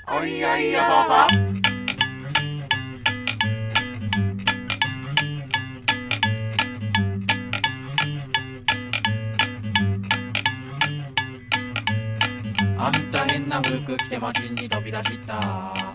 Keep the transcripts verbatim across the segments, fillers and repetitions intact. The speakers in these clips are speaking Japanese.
おいおいよそうさ。あんた変な服着て街に飛び出した。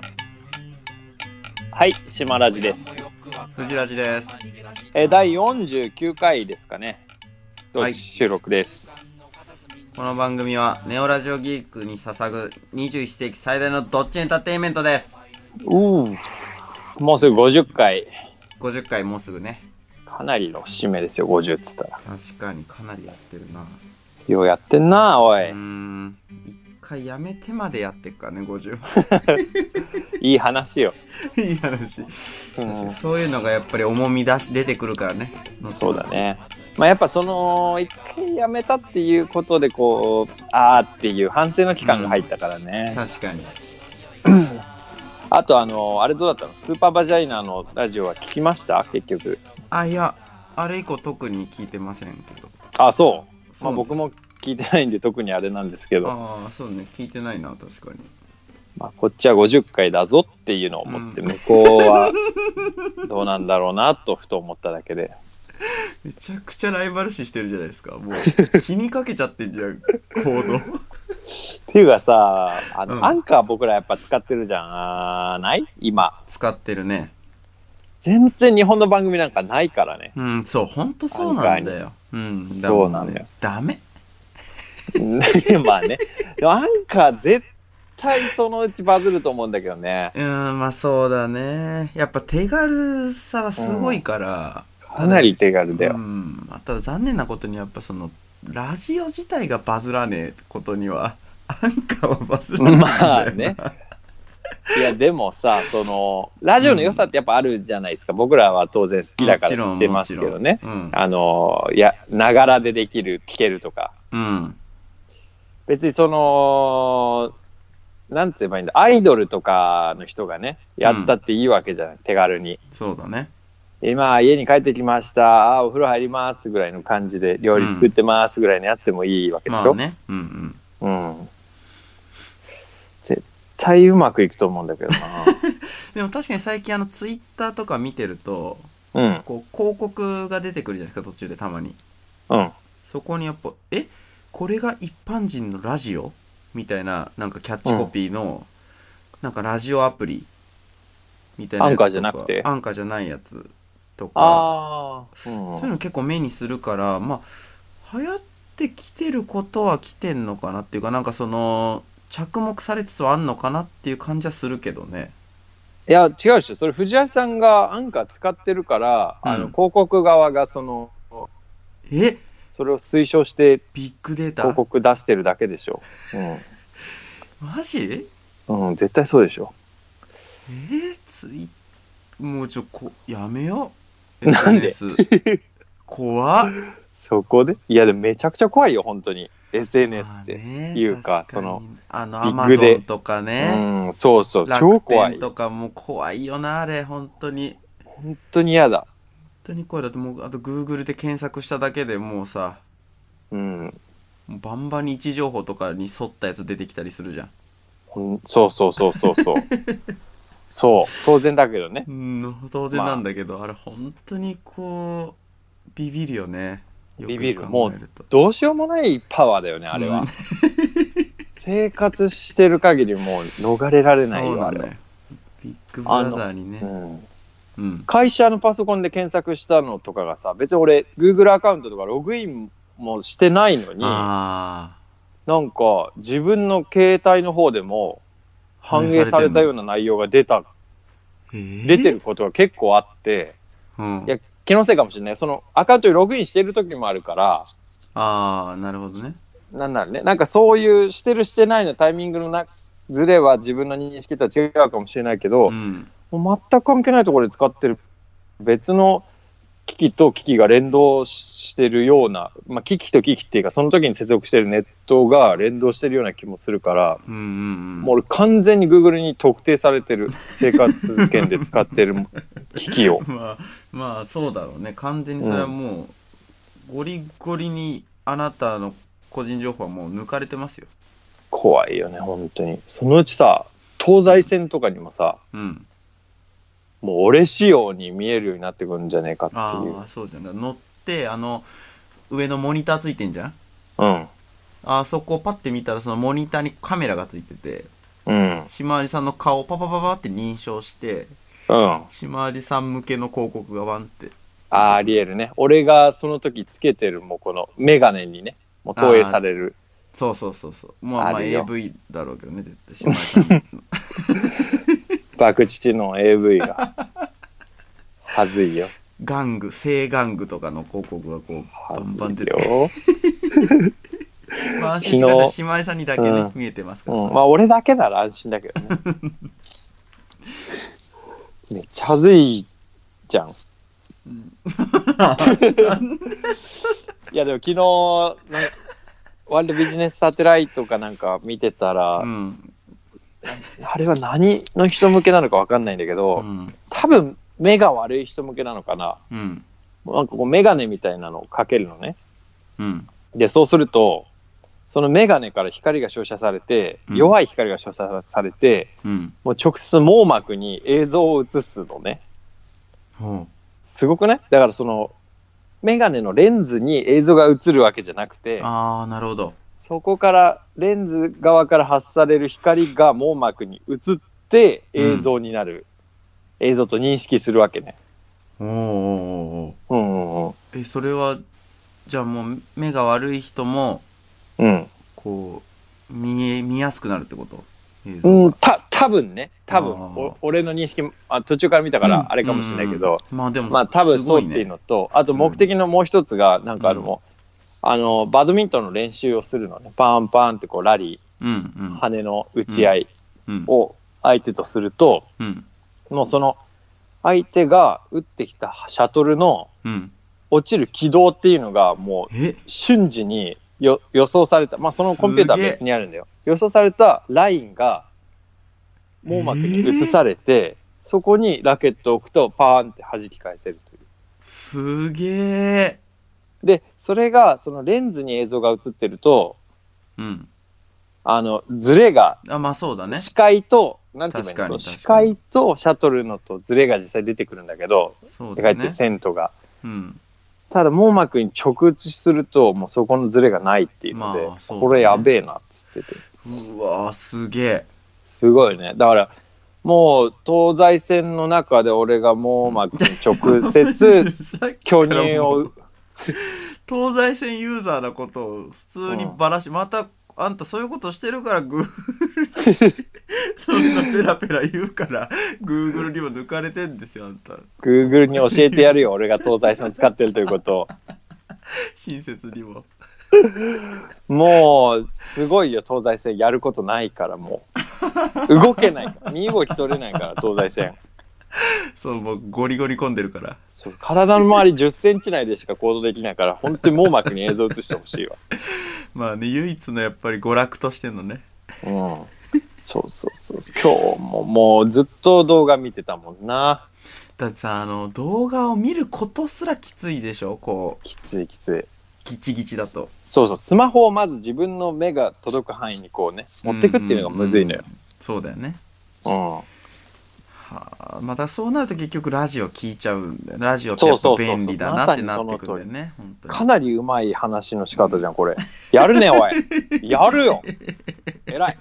はい、島ラジです。 藤ラジです。 えー、だいよんじゅうきゅうかいですかね。同期収録です、はい。 この番組はネオラジオギークに捧ぐにじゅういっせいき最大のドッジエンターテインメントです。 うーもうすぐごじゅっかい。 ごじゅっかいもうすぐね。 かなりの節目ですよ、ごじゅうっつったら。 確かにかなりやってるな。 ようやってんな、おい。 うーん。一回やめてまでやってっからね、ごじゅう。 いい話よ。 いい話。うん、そういうのがやっぱり重み出し出てくるからね。 そうだね。まあ、やっぱその一回やめたっていうことでこうあーっていう反省の期間が入ったからね、 うん、確かに。 あとあのあれどうだったの？スーパーバジャイナのラジオは聞きました結局？ あ、いやあれ以降特に聞いてませんけど。 あ、そう。まあ、僕も聞いてないんで特にあれなんですけど。 ああ、そうね、聞いてないな、確かに。 まあ、こっちはごじゅっかいだぞっていうのを思って、うん、向こうはどうなんだろうなとふと思っただけで。 めちゃくちゃライバル視してるじゃないですか。もう気にかけちゃってんじゃん行動っていうかさあの、 うん、 アンカー僕らやっぱ使ってるじゃない今。 使ってるね。 全然日本の番組なんかないからね。 うん、そう、ほんとそうなんだよ。うん、 そうなんだよ。 ダメまあね。でもアンカー絶対そのうちバズると思うんだけどね。 うん、まあそうだね。やっぱ手軽さがすごいから、 うん、かなり手軽だよ。 うん、ただ残念なことにやっぱそのラジオ自体がバズらねえことにはアンカーはバズらないんだよな。 まあね。いやでもさ、そのラジオの良さってやっぱあるじゃないですか、うん、僕らは当然好きだから知ってますけどね、うん、あのいやながらでできる聞けるとか、 うん、別にそのなんつえばいいんだ、アイドルとかの人がねやったっていいわけじゃない、うん、手軽に。 そうだね。 今家に帰ってきました、あお風呂入りますぐらいの感じで料理作ってますぐらいのやつでもいいわけでしょ、 まあね、うんうんうん、絶対うまくいくと思うんだけどなでも確かに最近あのツイッターとか見てると、 うん、 こう広告が出てくるじゃないですか、途中でたまに。 うん、 そこにやっぱえこれが一般人のラジオみたいな、なんかキャッチコピーの、うん、なんかラジオアプリみたいなやつとか、 アンカーじゃなくてアンカーじゃないやつとか、 あ、うん、 そういうの結構目にするから、まあ流行ってきてることは来てんのかなっていうか、なんかその着目されつつはあんのかなっていう感じはするけどね。 いや違うでしょ、それ藤橋さんがアンカー使ってるから、うん、あの広告側がそのえそれを推奨してビッグデータ広告出してるだけでしょ、 うん、マジ？ うん、絶対そうでしょ。 えー、ツイもうちょこやめよう。なんで怖っ。 そこでいやでもめちゃくちゃ怖いよ本当に エスエヌエス っていうか、そのあのアマゾンとかね、 うん、そうそう、超怖い。 楽天とかも怖いよなあれ、本当に本当に嫌だ。 本当に怖い。だってもうあと Google で検索しただけでもうさ、 うん、 もうバンバンに位置情報とかに沿ったやつ出てきたりするじゃん。 うん、そうそうそうそうそうそう当然だけどね、 うん、当然なんだけど、まあ、あれ本当にこうビビるよね。よく考えるとビビる。もうどうしようもないパワーだよねあれは、うん、生活してる限りもう逃れられないよ。そうなんだよ、 ビッグブラザーにね、 うんうん、会社のパソコンで検索したのとかがさ、別に俺 Google アカウントとかログインもしてないのに、あなんか自分の携帯の方でも反映されたような内容が出た、出てることが結構あって、うん、いや気のせいかもしれない。そのアカウントにログインしてる時もあるから。 ああ、なるほどね。 なんならね、なんかそういうしてるしてないのタイミングのなズレは自分の認識とは違うかもしれないけど、うん、もう全く関係ないところで使ってる別の機器と機器が連動してるような、まあ、機器と機器っていうかその時に接続してるネットが連動してるような気もするから、うんうんうん、もう俺完全に Google に特定されてる生活圏で使ってる機器をまあまあそうだろうね。完全にそれはもう、うん、ゴリゴリにあなたの個人情報はもう抜かれてますよ。 怖いよね本当に。そのうちさ東西線とかにもさ、 うん、 もう俺仕様に見えるようになってくるんじゃねえかっていう。 ああそうじゃん。乗ってあの上のモニターついてんじゃん。 うん。 あそこをパッて見たらそのモニターにカメラがついてて、 うん。 島地さんの顔をパパパパって認証して、 うん。 島地さん向けの広告がワンって。 あー、ありえるね。俺がその時つけてるもうこのメガネにね、もう投影される。 そうそうそうそう。まあまあ エーブイ だろうけどね、絶対島地さんの。 爆乳の エーブイ が。はずいよ。 玩具、性玩具とかの広告がこう、バンバン出てる。まあ安心してください。島地さんにだけね、うん、見えてますから。 うん、まあ俺だけなら安心だけどね。めっちゃはずいじゃん。うん、いやでも昨日ワールドビジネスサテライトかなんか見てたら、うん、あれは何の人向けなのか分かんないんだけど、うん、多分目が悪い人向けなのかな、うん、なんかこうメガネみたいなのをかけるのね、うん、でそうするとそのメガネから光が照射されて、うん、弱い光が照射されて、うん、もう直接網膜に映像を映すのね、うん、すごくね。だからそのメガネのレンズに映像が映るわけじゃなくて、 あーなるほど、 そこからレンズ側から発される光が網膜に映って映像になる、うん、映像と認識するわけね。 おーおーおー、うんうん、えそれはじゃあもう目が悪い人も、うん、こう見え見やすくなるってこと？ うん、た多分ね、多分お俺の認識あ途中から見たからあれかもしれないけど、 うんうん、まあでもまあ多分そうっていうのと、あと目的のもう一つがなんかあの、うん、あのバドミントンの練習をするのね。パンパンってこうラリー、うんうん、羽の打ち合いを相手とすると、うん、もうその相手が打ってきたシャトルの落ちる軌道っていうのがもう瞬時によ予想された、まあそのコンピューターは別にあるんだよ。予想されたラインが網膜に映されて、えー、そこにラケットを置くとパーンって弾き返せるという。 すげえ。 でそれがそのレンズに映像が映ってると、うん、あのズレが、 あ、まあそうだね、 視界となんて言えばいいの、視界とシャトルのとズレが実際出てくるんだけど、そうだね、って線とが、うん、ただ網膜に直打ちするともうそこのズレがないっていうので、まあそうだね、これやべえなっつってて、 うわーすげえ、すごいね。だからもう東西線の中で俺が網膜に直接巨乳を東西線ユーザーなことを普通にバラし、うん、またあんたそういうことしてるからグーグルそんなペラペラ言うからグーグルにも抜かれてんですよ。あんたグーグルに教えてやるよ俺が東西線を使ってるということを親切にももうすごいよ。東西線やることないからもう動けないから身動き取れないから東西線そうもうゴリゴリ混んでるから、 そう体の周りじゅっセンチ内でしか行動できないから本当に網膜に映像映してほしいわまあね、唯一のやっぱり娯楽としてのね、 うん、そうそうそう、今日ももうずっと動画見てたもんな。 だってさ、あの動画を見ることすらきついでしょ。こうきついきつい、 ギチギチだと。 そうそう、スマホをまず自分の目が届く範囲にこうね持ってくっていうのがむずいのよ、うんうんうん、 そうだよね。うんはあ、またそうなると結局ラジオ聞いちゃうんだよ。ラジオってやっぱ便利だなってなってくるんだよね。本当にかなりうまい話の仕方じゃんこれ。やるねおいやるよ偉い。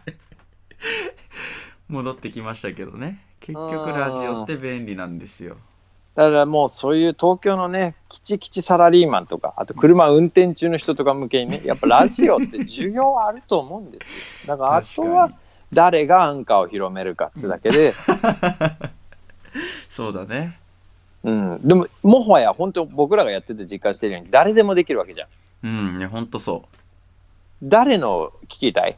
戻ってきましたけどね、結局ラジオって便利なんですよ。 だからもうそういう東京のねキチキチサラリーマンとか、あと車運転中の人とか向けにね、やっぱラジオって需要あると思うんですよ。だからあとは誰がアンカーを広めるかっつうだけでそうだね。 うん、でももはや本当僕らがやってて実感してるように誰でもできるわけじゃん。 うん、ね、本当そう。 誰の聞きたい？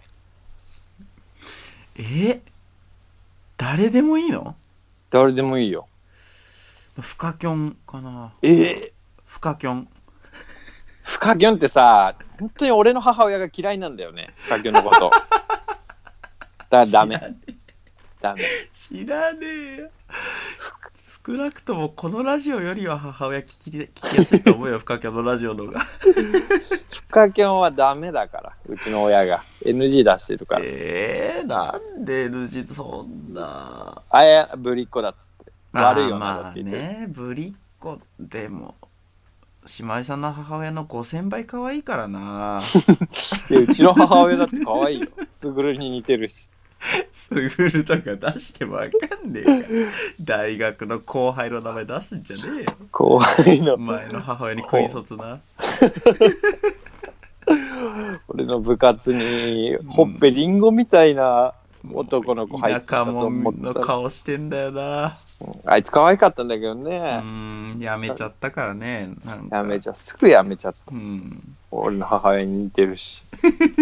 え誰でもいいの？ 誰でもいいよ。 フカキョンかな。 えー、 フカキョンフカキョンってさ、本当に俺の母親が嫌いなんだよね、フカキョンのことだからダメダメ。 知らねえよ。 少なくともこのラジオよりは母親聞き聞きやすいと思うよフカキョンのラジオの方が。 フカキョンはダメだからうちの親が エヌジー 出してるから。 えー、なんで エヌジー そんなあやぶりっ子だっつって悪いよなまあって言ってねぶりっ子でも島井さんの母親のごせんばい可愛いからな。 いやうちの母親だって可愛いよすぐるに似てるし。 すぐるとか出してもわかんねえから大学の後輩の名前出すんじゃねえよ後輩の前の母親に食い卒な。 俺の部活にほっぺりんごみたいな男の子入ってた田舎と思者のったら、 顔してんだよな。 あいつ可愛かったんだけどうね。 んやめちゃったからね。なんかやめちゃすぐやめちゃった。 うん俺の母親に似てるし。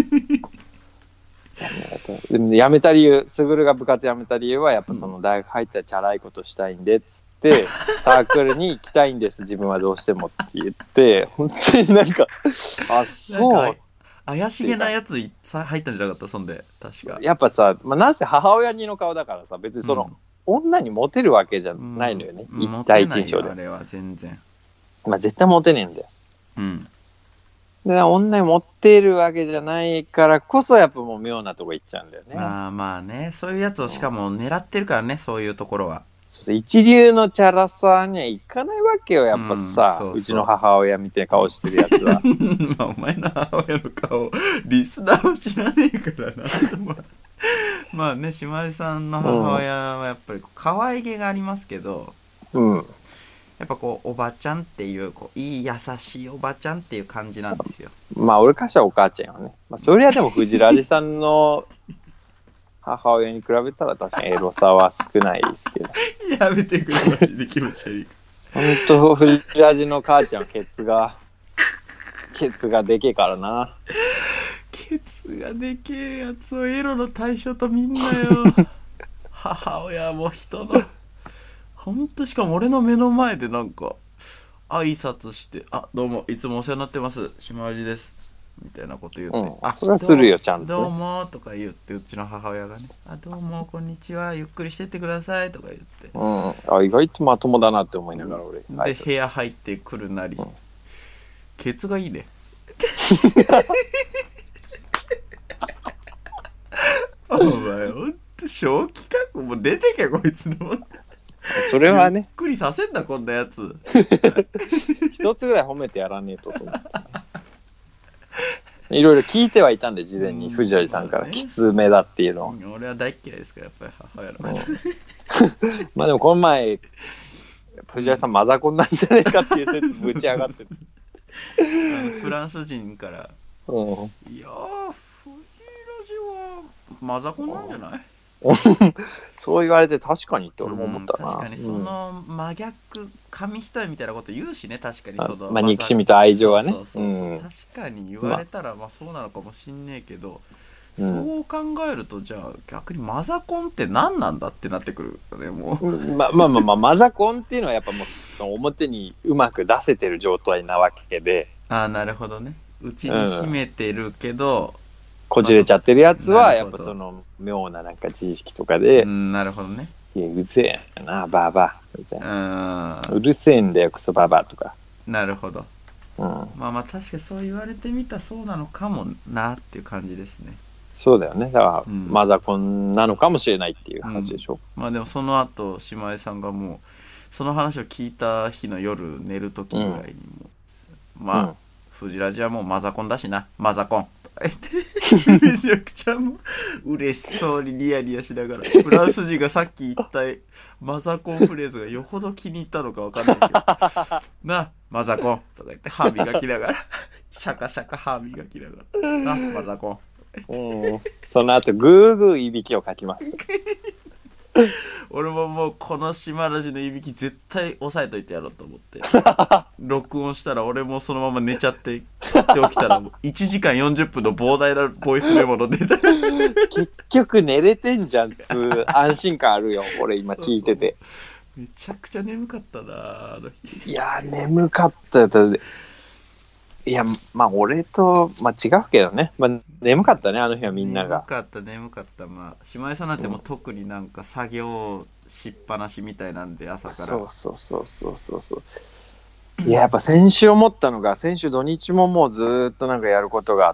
でもやめた理由、すぐるが部活やめた理由はやっぱその大学入ったらチャラいことしたいんでっつってサークルに行きたいんです自分はどうしてもって言って本当になんかあそうなんか怪しげなやついさ入ったんじゃなかったそんで確かやっぱさ、まあ、なんせ母親にの顔だからさ別にその、うん、女にモテるわけじゃないのよね、 うん、 第一印象であれは全然まあ絶対モテねえんだよ。 うんで女にモテるわけじゃないからこそやっぱもう妙なとこ行っちゃうんだよね。 ああまあねそういうやつをしかも狙ってるからね、うん、そういうところはそうそう一流のチャラさにはいかないわけよやっぱさ、うん、そうそううちの母親みたいな顔してるやつはまあお前の母親の顔リスナーは知らねえからなまあね島根さんの母親はやっぱり可愛げがありますけど、 うんやっぱこうおばちゃんっていうこういい優しいおばちゃんっていう感じなんですよ。まあ俺からしたらお母ちゃんよね。まあそれはでも藤ラジさんの母親に比べたら確かにエロさは少ないですけど。 やめてくれマジで気持ち悪い。 本当藤ラジの母ちゃんはケツがケツがでけえからな。 ケツがでけえやつをエロの対象とみんなよ。母親も人の。ほんとしかも俺の目の前でなんか挨拶して「あどうもいつもお世話になってます島味です」みたいなこと言って「うん、 あそれはするよちゃんと、 ね、どうも」とか言ってうちの母親がね「あどうもこんにちはゆっくりしてってください」とか言って、 うん、あ意外とまともだなって思いながら俺で部屋入ってくるなり、うん、ケツがいいねお前ほんと正気かもう出てけこいつのそれはねゆっくりさせんなこんなやつ一つぐらい褒めてやらねえとと思っていろいろ聞いてはいたんで事前に藤原さんからきつめだっていうのを、うん、 俺は大嫌いですからやっぱり母親のことまあでもこの前藤原さんマザコンなんじゃないかっていう説ぶち上がってるあのフランス人から、 うん、 いやー藤ラジはマザコンなんじゃないそう言われて確かにって俺も思ったな、 うん、確かにその真逆紙一重みたいなこと言うしね確かにそのまあ憎しみと愛情はねそうそうそう、うん、確かに言われたらまあそうなのかもしんねえけど、まあ、そう考えるとじゃあ逆にマザコンって何なんだってなってくるよねもう、 うん、まあまあまあまあマザコンっていうのはやっぱもうその表にうまく出せてる状態なわけでああなるほどねうちに秘めてるけど、うんこじれちゃってるやつはやっぱその妙ななんか知識とかで、 うん、なるほどねいやうるせえなバーバーみたいな、うん、うるせえんだよクソバーバーとかなるほど、 うん、 まあまあ確かにそう言われてみたらそうなのかもなっていう感じですねそうだよねだから、うん、マザコンなのかもしれないっていう話でしょ、 うん、まあでもその後島江さんがもうその話を聞いた日の夜寝る時ぐらいにも、うん、まあ、うん、フジラジはもうマザコンだしなマザコンめちゃくちゃもう嬉しそうにニヤニヤしながらフランス人がさっき言ったマザコンフレーズがよほど気に入ったのか分かんないけどなマザコンとか言って歯磨きながらシャカシャカ歯磨きながらなマザコンうんその後グーグーいびきをかきました俺ももうこの島ラジのいびき絶対押さえといてやろうと思って録音したら俺もそのまま寝ちゃってパッて起きたらもういちじかんよんじゅっぷんの膨大なボイスメモの出た結局寝れてんじゃんつう安心感あるよ俺今聞いててそうそうめちゃくちゃ眠かったなあの日いや眠かったよだっていや、まあ俺と、まあ、違うけどね、まあ、眠かったね、あの日はみんなが。 眠かった眠かった。まあ島井さんなんてもう特になんか作業しっぱなしみたいなんで朝から。 そうそうそうそうそうそう。いや、やっぱ先週思ったのが、先週土日ももうずーっとなんかやることがあって、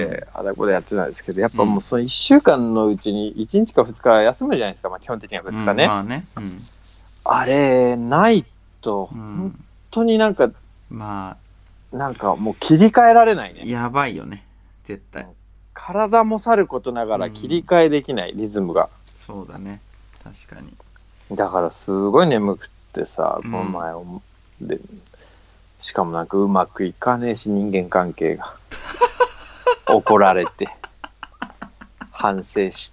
うんあだこでやってたんですけど、やっぱもうそのいっしゅうかんのうちにいちにちかふつか休むじゃないですか、まあ基本的にはふつかね。 うん、まあね、 あれ、ないと、 うん、 本当になんか、 まなんかもう切り替えられないね。 あやばいよね絶対。 体もさることながら切り替えできない、リズムが。 そうだね確かに。 だからすごい眠くってさ、 うんこの前で、しかもなんかうまくいかねえし、人間関係が怒られて反省して、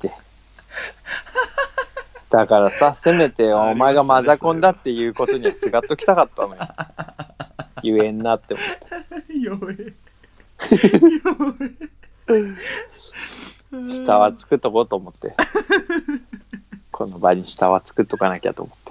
だからさ、せめてお前がマザコンだっていうことにはすがっときたかったのよ。言えんなって思った。 弱え下は作っとこうと思ってこの場に下は作っとかなきゃと思って。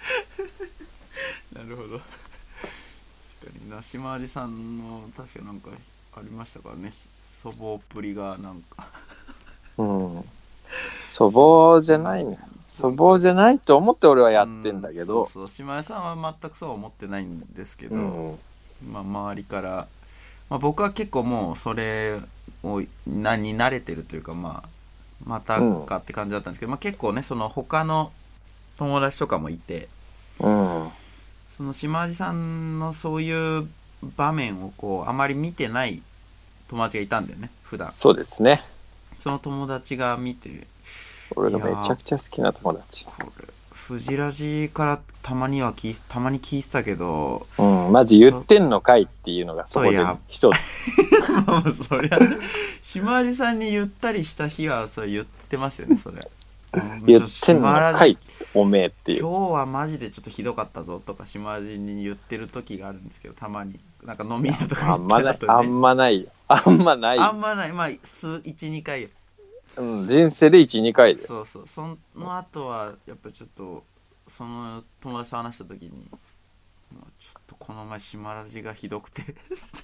なるほど。確かにな、島地さんの確かなんかありましたからね、粗暴っぷりがなんかうん粗暴じゃないね。粗暴じゃないと思って俺はやってんだけど、 うん、そうそう島地さんは全くそうは思ってないんですけど、 うんまあ周りから、まあ、僕は結構もうそれを何に慣れてるというか、まあまたかって感じだったんですけど、まあ結構ねその他の友達とかもいて、 うんその島地さんのそういう場面をこうあまり見てない友達がいたんだよね普段。 そうですね。 その友達が見て、 俺がめちゃくちゃ好きな友達。 これフジラジからたまには聞いたまに聞いてたけど、 うん、まず言ってんのかいっていうのがそこで一つ。 まあそりゃね、島地さんに言ったりした日はそれ言ってますよねそれ。 言ってんのかいおめえっていう。 今日はマジでちょっとひどかったぞとか島地に言ってる時があるんですけど、たまになんか飲み屋とか行った後に、 あんまないよ。あんまないよ。 あんまないまあ数いちにかい。 うん、人生でいちにかいで。 そうそう、その後はやっぱちょっとその友達と話した時に、もうちょっとこの前島ラジがひどくて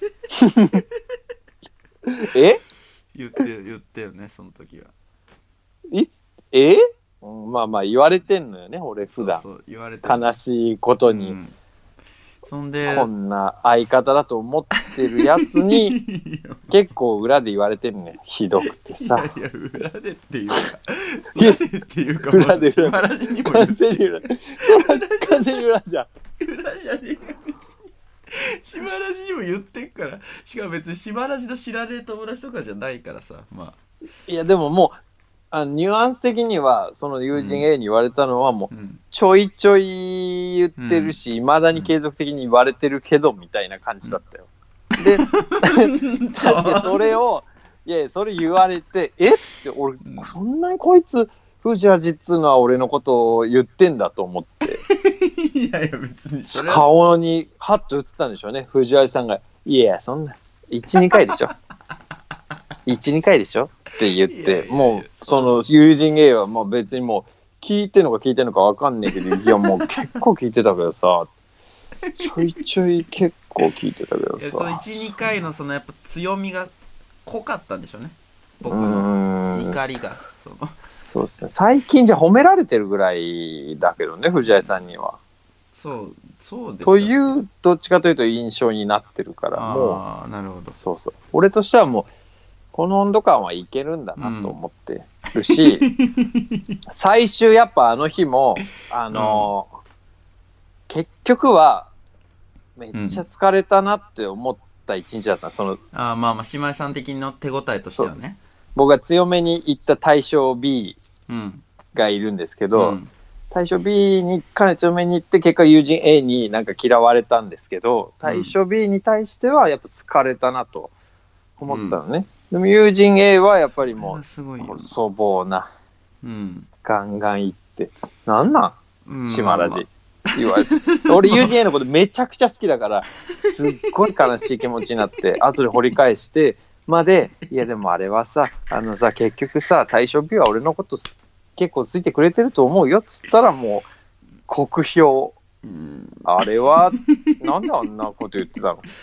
え言って言ってよねその時は。 いえ、うん、まあまあ言われてんのよね俺普段。 そうそう言われて悲しいことに、うん、 そんでこんな相方だと思ってるやつに結構裏で言われてるね。ひどくてさ。 いやいや裏でっていうか裏でっていうか裏で島ラジにも完全に裏完全に裏じゃん。 裏じゃねえよ島ラジにも言ってっから。しかも別に島ラジの知らねえ友達とかじゃないからさ。まあいやでももうあニュアンス的にはその友人 A に言われたのはもう、うん、ちょいちょい言ってるし、いま、うん、だに継続的に言われてるけどみたいな感じだったよ、うん、で確かにそれをいやいやそれ言われてえって俺、うん、そんなにこいつ藤ラジっつうのは俺のことを言ってんだと思っていやいや別にそれは顔にハッと映ったんでしょうね。藤ラジさんがいやそんないちにかいでしょいちにかいでしょって言って、いやいやいやもうその友人 A はもう別にもう聞いてんのか聞いてんのか分かんないけどいやもう結構聞いてたけどさちょいちょい結構聞いてたけどさ、いやそのいちにかいのそのやっぱ強みが濃かったんでしょうね僕の怒りが。そのそうですね、最近じゃ褒められてるぐらいだけどね藤井さんには。 そうそうですというどっちかというと印象になってるからもうなるほど。 そうそう俺としてはもうこの温度感はいけるんだなと思ってるし、うん、最終やっぱあの日もあのーうん、結局はめっちゃ疲れたなって思った一日だった、うん、そのあまあまあ島井さん的の手応えとしてはね。 僕が強めに言った対象 B がいるんですけど、うん、対象 B にかなり強めに言って結果友人 A になんか嫌われたんですけど、対象 B に対してはやっぱ疲れたなと思ったのね、うん、でも友人 A はやっぱりもう粗暴な、うん、ガンガン言ってなんなん、うん、島ラジ言われて俺友人 A のことめちゃくちゃ好きだからすっごい悲しい気持ちになって後で掘り返してまでいやでもあれはさあのさ結局さ対象 B は俺のこと結構ついてくれてると思うよっつったらもう酷評、うん、あれはなんであんなこと言ってたの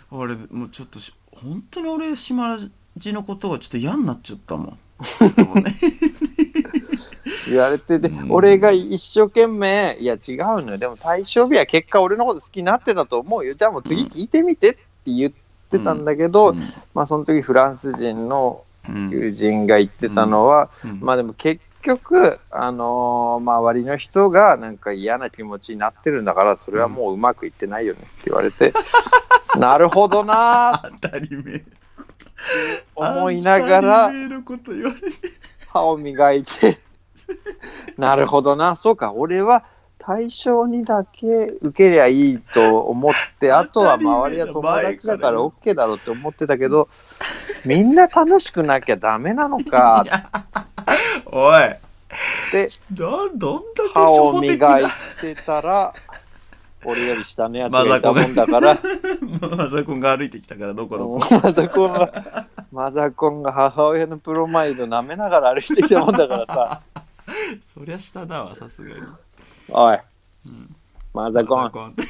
俺もうちょっとし本当に俺島地のことがちょっと嫌になっちゃったもんもうね言われてて、 うん俺が一生懸命、いや違うのよ、でも対象日は結果俺のこと好きになってたと思うよ、じゃあもう次聞いてみてって言ってたんだけど、 うんまあその時フランス人のうん友人が言ってたのは、 うんまあでも結局、あのー周りの人がなんか嫌な気持ちになってるんだから、それはもううまくいってないよねって言われて、なるほどなー当たり前思いながら当たり前のこと言われて歯を磨いてなるほどな、そうか、俺は対象にだけ受けりゃいいと思って、あとは周りは友達だから OK だろうって思ってたけど、みんな楽しくなきゃダメなのかおいってどどんだけ歯を初歩的磨いなてたら、俺より下のやつがいたもんだからマザコンが歩いてきたからどこのマザコンがマザコンが母親のプロマイド舐めながら歩いてきたもんだからさそりゃ下だわさすがに、うん、 おい、マザコンマザコンって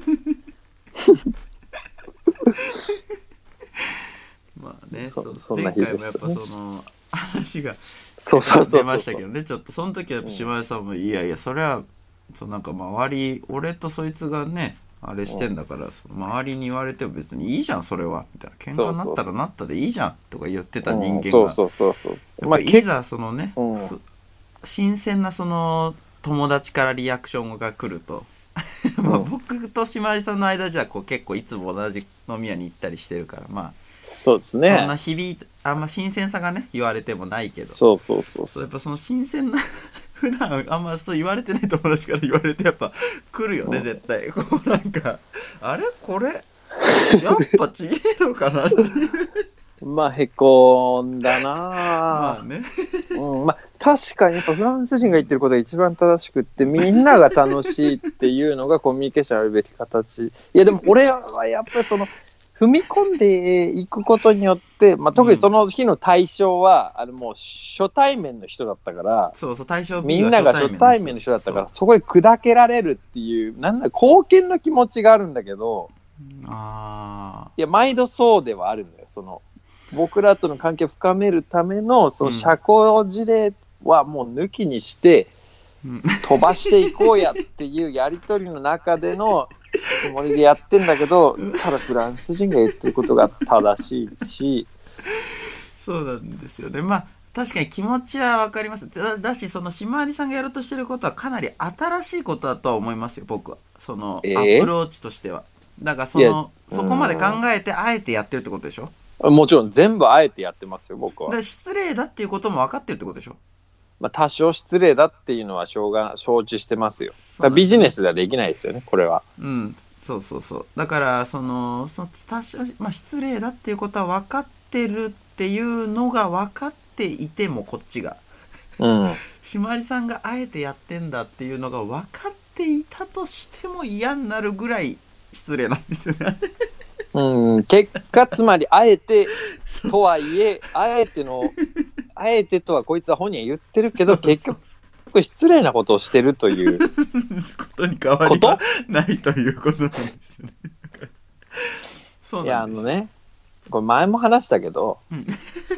まあね、 そそうそんな日前回もやっでしたねぱその話がそうそうそうそう出ましたけどね、ちょっとその時はやっぱ島根さんも、いやいやそれはそうなんか周り俺とそいつがねあれしてんだから、その周りに言われても別にいいじゃんそれはみたいな、喧嘩になったらなったでいいじゃんとか言ってた人間が、 そうそうそうそう、 やっぱりいざそのね、 うんふ新鮮なその友達からリアクションが来るとまあ僕と島根さんの間じゃこう結構いつも同じ飲み屋に行ったりしてるから、まあそうですそんなね、 響いてあんま新鮮さがね言われてもないけど、 そうそうそうそうやっぱその新鮮な普段あんまそう言われてない友達から言われてやっぱ来るよね、 うん絶対こうなんかあれこれやっぱちげえのかなっていうまあへこんだなまあねうん、まあ確かにやっぱフランス人が言ってることが一番正しくって、みんなが楽しいっていうのがコミュニケーションあるべき形。いやでも俺はやっぱりその踏み込んでいくことによって、まあ、特にその日の対象は、うん、あのもう初対面の人だったから、 そうそう対象 B みんなが初対面の人だったから、 そ, そこで砕けられるっていうなんだ貢献の気持ちがあるんだけど、 あいや毎度そうではあるんだよ。その僕らとの関係を深めるためのその社交辞令はもう抜きにして飛ばしていこうやっていうやり取りの中でのつもりでやってんだけど、ただフランス人が言ってることが正しいし、 そうなんですよね。まあ確かに気持ちは分かります。だ, だしその島ありさんがやろうとしてることはかなり新しいことだとは思いますよ、僕は。そのアえープローチとしては。だからそのそこまで考えてあえてやってるってことでしょ。 もちろん全部あえてやってますよ僕は。 だから失礼だっていうことも分かってるってことでしょ。 まあ、多少失礼だっていうのはしょうが承知してますよ。だからビジネスではできないですよねこれは。 うんそうそうそう。だからそのその多少、まあ、失礼だっていうことは分かってるっていうのが分かっていてもこっちが、 うん、 島ありさんがあえてやってんだっていうのが分かっていたとしても嫌になるぐらい失礼なんですよね。 うん、結果つまりあえてとはいえあえてのあえてとはこいつは本人は言ってるけど結局失礼なことをしてるということに変わりがないということなんですよね。そうなんです。いやあのねこれ前も話したけど、 うん、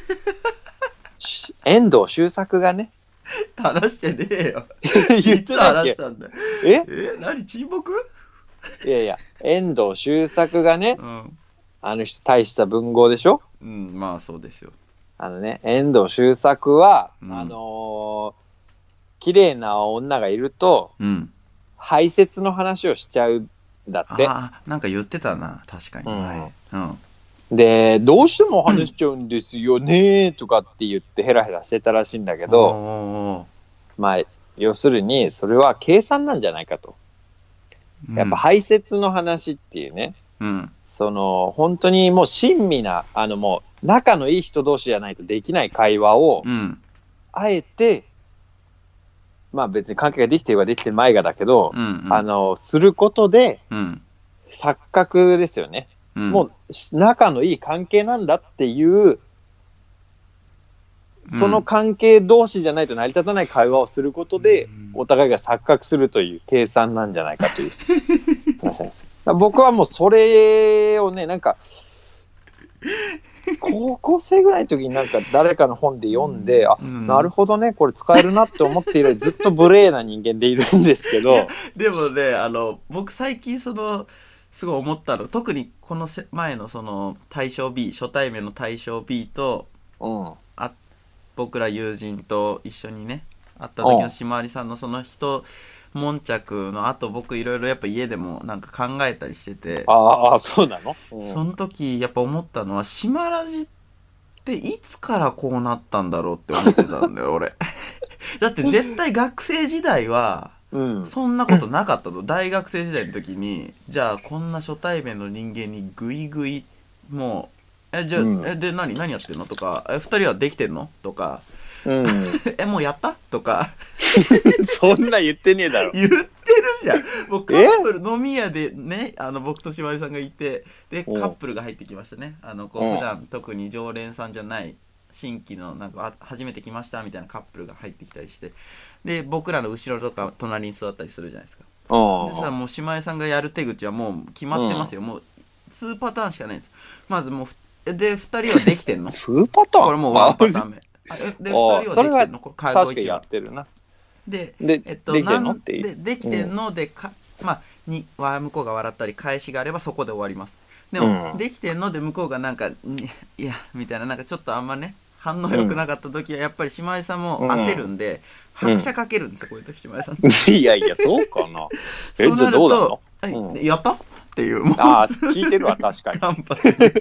遠藤周作がね話してねえよ。 言ってたっけ？ いつ話したんだよ。 え？ え？何沈黙？ いやいや遠藤周作がね、 うん、 あの人大した文豪でしょ。 うん、まあそうですよ。 あのね遠藤周作は、うん、あのー、綺麗な女がいると、うん、排泄の話をしちゃうんだって。 ああなんか言ってたな確かに前、うんうん、でどうしても話しちゃうんですよねとかって言ってヘラヘラしてたらしいんだけど、まあ要するにそれは計算なんじゃないかと。やっぱ排泄の話っていうね、うん、その本当にもう親身なあのもう仲のいい人同士じゃないとできない会話を、うん、あえてまあ別に関係ができていればできてる前がだけど、うんうん、あのすることで、うん、錯覚ですよね、うん、もう仲のいい関係なんだっていうその関係同士じゃないと成り立たない会話をすることで、うん、お互いが錯覚するという計算なんじゃないかという話です。 僕はもうそれをねなんか高校生ぐらいの時になんか誰かの本で読んで、あ、うん、なるほどねこれ使えるなって思って以来ずっと無礼な人間でいるんですけどでもねあの僕最近そのすごい思ったの、特にこの前のその対象 B 初対面の対象 B と、うん、あ僕ら友人と一緒にね会った時のしまわりさんのその人悶着の後僕いろいろやっぱ家でもなんか考えたりしてて、 ああそうなの、 うん、その時やっぱ思ったのはしまらじっていつからこうなったんだろうって思ってたんだよ俺だって絶対学生時代はそんなことなかったの、うん、大学生時代の時にじゃあこんな初対面の人間にグイグイもうえじゃあ、うん、えで何何やってんのとかえふたりはできてんのとかうん、えもうやったとかそんな言ってねえだろ言ってるじゃん。もうカップル飲み屋でねあの僕としまりさんがいてでカップルが入ってきましたね。あのこう普段特に常連さんじゃない新規のなんか初めて来ましたみたいなカップルが入ってきたりしてで僕らの後ろとか隣に座ったりするじゃないですか。でさもうしまりさんがやる手口はもう決まってますよ、うん、もうにパターンしかないんです。まずもうでふたりはできてんのにパターンこれもうワンパターン目でふたりはできてんのこれカードいちやってるなでで、 えっと、 できてんのってでできてんのでか、まあに向こうが笑ったり返しがあればそこで終わります。でも、うん、できてんので向こうがなんかいやみたいななんかちょっとあんまね反応良くなかった時はやっぱりしまいさんも焦るんで、うん、拍車かけるんですよ、こういう時しまいさんいやいやそうかなえそうなるとじゃあどうなの、 うん、やったっていうああ聞いてるわ確かに頑張って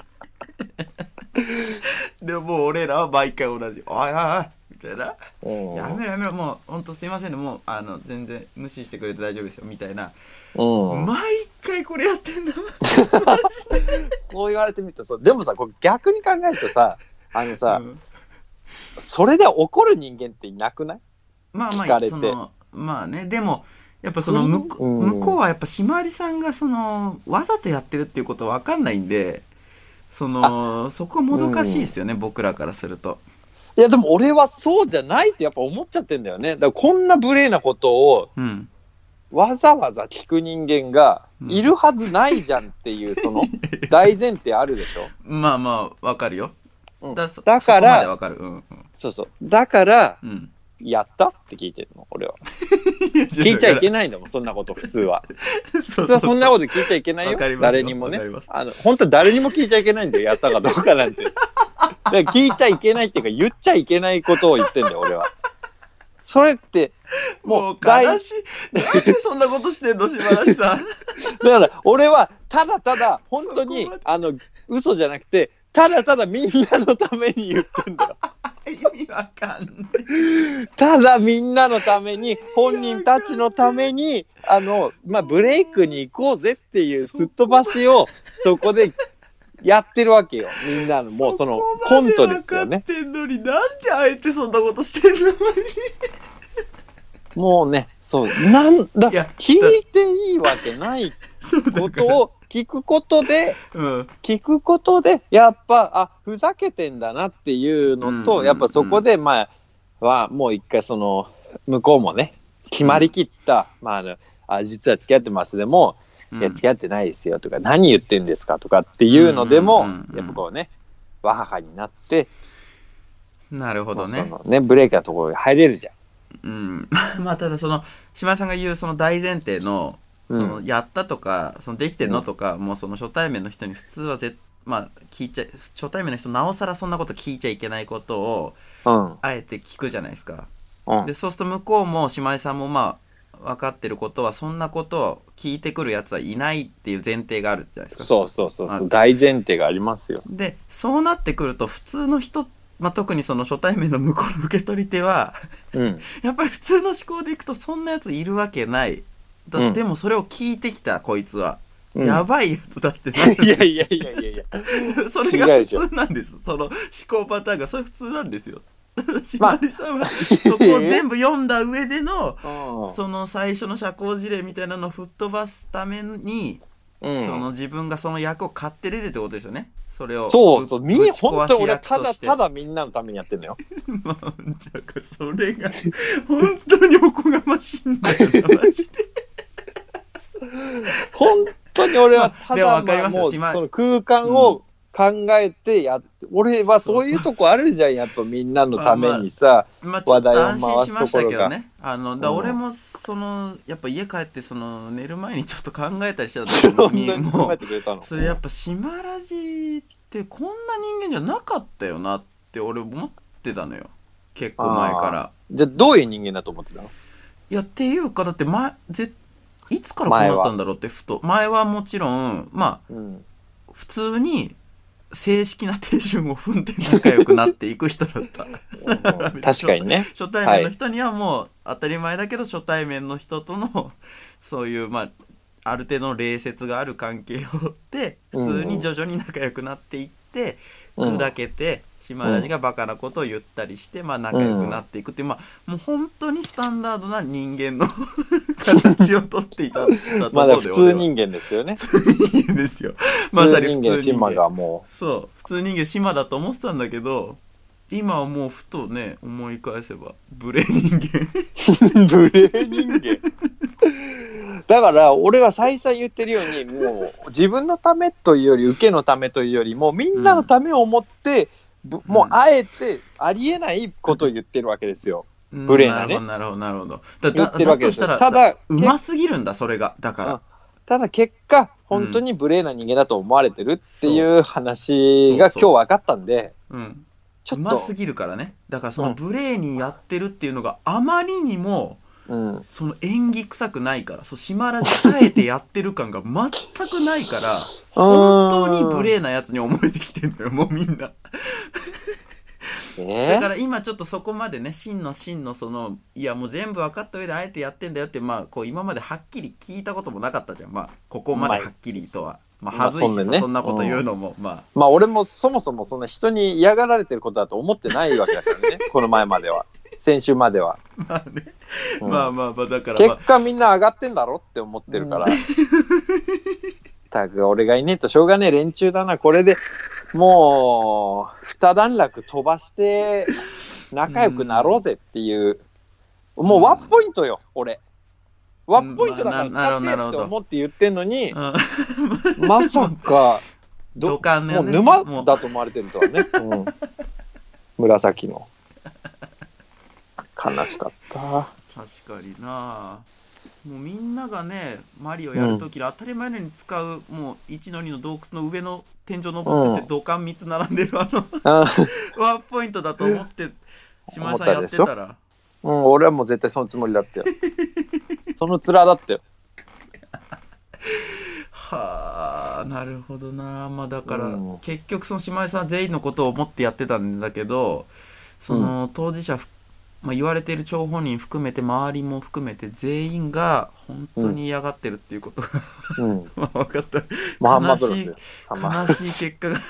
でももう俺らは毎回同じおいおいおいみたいなやめろやめろもうほんとすいませんねもうあの全然無視してくれて大丈夫ですよみたいな毎回これやってんだそう言われてみるとそうでもさこれ逆に考えるとさあのさ、うん、それで怒る人間っていなくない？ まあまあそのまあねでもやっぱその向こう、うん、向こうはやっぱしまわりさんがそのわざとやってるっていうことは分かんないんでそのそこはもどかしいですよね、うん、僕らからすると。 いやでも俺はそうじゃないってやっぱ思っちゃってんだよね。だからこんな無礼なことをわざわざ聞く人間がいるはずないじゃんっていうその大前提あるでしょまあまあわかるよ、 うん、だ, だからわかる、うんうん、 そうそうだから、うん、やったって聞いてるの俺は聞いちゃいけないんだもんそんなこと普通は普通はそんなこと聞いちゃいけないよ誰にもねあの本当は誰にも聞いちゃいけないんだよやったかどうかなんてだから聞いちゃいけないっていうか言っちゃいけないことを言ってんだよ俺は。それってもう悲しいなんでそんなことしてんのしばらしさんだから俺はただただ本当にあの嘘じゃなくてただただみんなのために言ってんだよ意味わかんないただみんなのために本人たちのためにあの、まあ、ブレイクに行こうぜっていうすっ飛ばしをそこでやってるわけよみんなのもうそのコントですよね。 そこまで分かってんのになんであえてそんなことしてんのもうねそうなんだ聞いていいわけないことを聞くことで、うん、聞くことでやっぱあふざけてんだなっていうのと、うんうんうん、やっぱそこでまあはもう一回その向こうもね決まりきった、うん、まああのあ実は付き合ってますでもいや付き合ってないですよとか、うん、何言ってんですかとかっていうのでも、うんうんうんうん、やっぱこうねわははになってなるほどねそのねブレーキのところに入れるじゃん。 うんまあただその島田さんが言うその大前提のそのやったとかそのできてんのとか、うん、もうその初対面の人に普通はぜまあ聞いちゃ初対面の人なおさらそんなこと聞いちゃいけないことを、うん、あえて聞くじゃないですか、うん、でそうすると向こうも島井さんもまあ分かってることはそんなことを聞いてくるやつはいないっていう前提があるじゃないですか。 そうそうそうそう大前提がありますよ。 でそうなってくると普通の人まあ、特にその初対面の向こうの受け取り手は、うん、やっぱり普通の思考でいくとそんなやついるわけないだ、うん、でもそれを聞いてきたこいつは、うん、やばいやつだってなるんです。 いやいやいやいやいやそれが普通なんです。その思考パターンがそれ普通なんですよ。しまりさんはそこを全部読んだ上でのその最初の社交辞令みたいなのを吹っ飛ばすために、うん、その自分がその役を買って出てってことですよね。それをそうそうみん本当俺ただただみんなのためにやってんのよ。 まあじゃあそれが本当におこがましいんだよなマジで。 本当に俺はただでもわかりますよもう島その空間を考えてやって、俺はそういうとこあるじゃん、やっぱみんなのためにさ、 まあちょっと安心しましたけ話題を回すところがどね。あのだ俺もそのやっぱ家帰ってその寝る前にちょっと考えたりしてた時そんになに考もえてくれたのうそれやっぱ島ラジってこんな人間じゃなかったよなって俺思ってたのよ、結構前から。 じゃあどういう人間だと思ってたの？ いやっていうかだって前ぜいつからこうなったんだろうってふと前はもちろんまあ、うん、普通に正式な手順を踏んで仲良くなっていく人だった確かにね初対面の人にはもう当たり前だけど、はい、初対面の人とのそういうまあある程度の礼節がある関係をって普通に徐々に仲良くなっていって、うん、砕けて島ラジがバカなことを言ったりして、うん、まあ仲良くなっていくっていう、まあもう本当にスタンダードな人間の形をとっていたんだと思うでまだ普通人間ですよね。 普通人間ですよ。まさに普通人間。 島がもう。 そう普通人間島だと思ってたんだけど、今はもうふとね思い返せば無礼人間。 無礼人間。だから俺は再三言ってるようにもう自分のためというより受けのためというよりもみんなのためを思って、うん、もうあえてありえないことを言ってるわけですよ、うん、無礼なね。 なるほどなるほどだだだとしたらただうますぎるんだそれがだから、うん、 ただ結果本当に無礼な人間だと思われてるっていう話が今日分かったんで、 うん、ちょっとうますぎるからね。だからその無礼にやってるっていうのがあまりにも、うん、その演技臭くないから、そう島ラジあえてやってる感が全くないから本当に無礼なやつに思えてきてんだよもうみんなえー、だから今ちょっとそこまでね真の真のそのいやもう全部分かった上であえてやってんだよってまあこう今まではっきり聞いたこともなかったじゃん。まあここまではっきりとは、まあ、まあ、はずいしさ、まあ そんね、そんなこと言うのも、うん、まあまあ俺もそもそもそんな人に嫌がられてることだと思ってないわけだからねこの前までは先週まではまあね、うん、まあまあまあだから、 まあ、結果みんな上がってんだろって思ってるから、うん、たく俺がいねえとしょうがねえ連中だな。これでもう二段落飛ばして仲良くなろうぜっていう、うん、もうワンポイントよ俺ワンポイントだから使ってって思って言ってんのに、うん、まさかどど、ね、もう沼だと思われてるとはね、うん、紫の悲しかった。 確かにな。もうみんながねマリオやるときの当たり前のように使う、うん、もういちのにの洞窟の上の天井登ってて、うん、土管みっつ並んでるあのワンポイントだと思って島井さんやってたら、 うん、俺はもう絶対そのつもりだったよその面だったよはあなるほどな。まあだから、うん、結局その島井さん全員のことを思ってやってたんだけどその、うん、当事者まあ、言われている張本人含めて周りも含めて全員が本当に嫌がってるっていうことが、うん、まあ分かった。悲しい悲しい結果が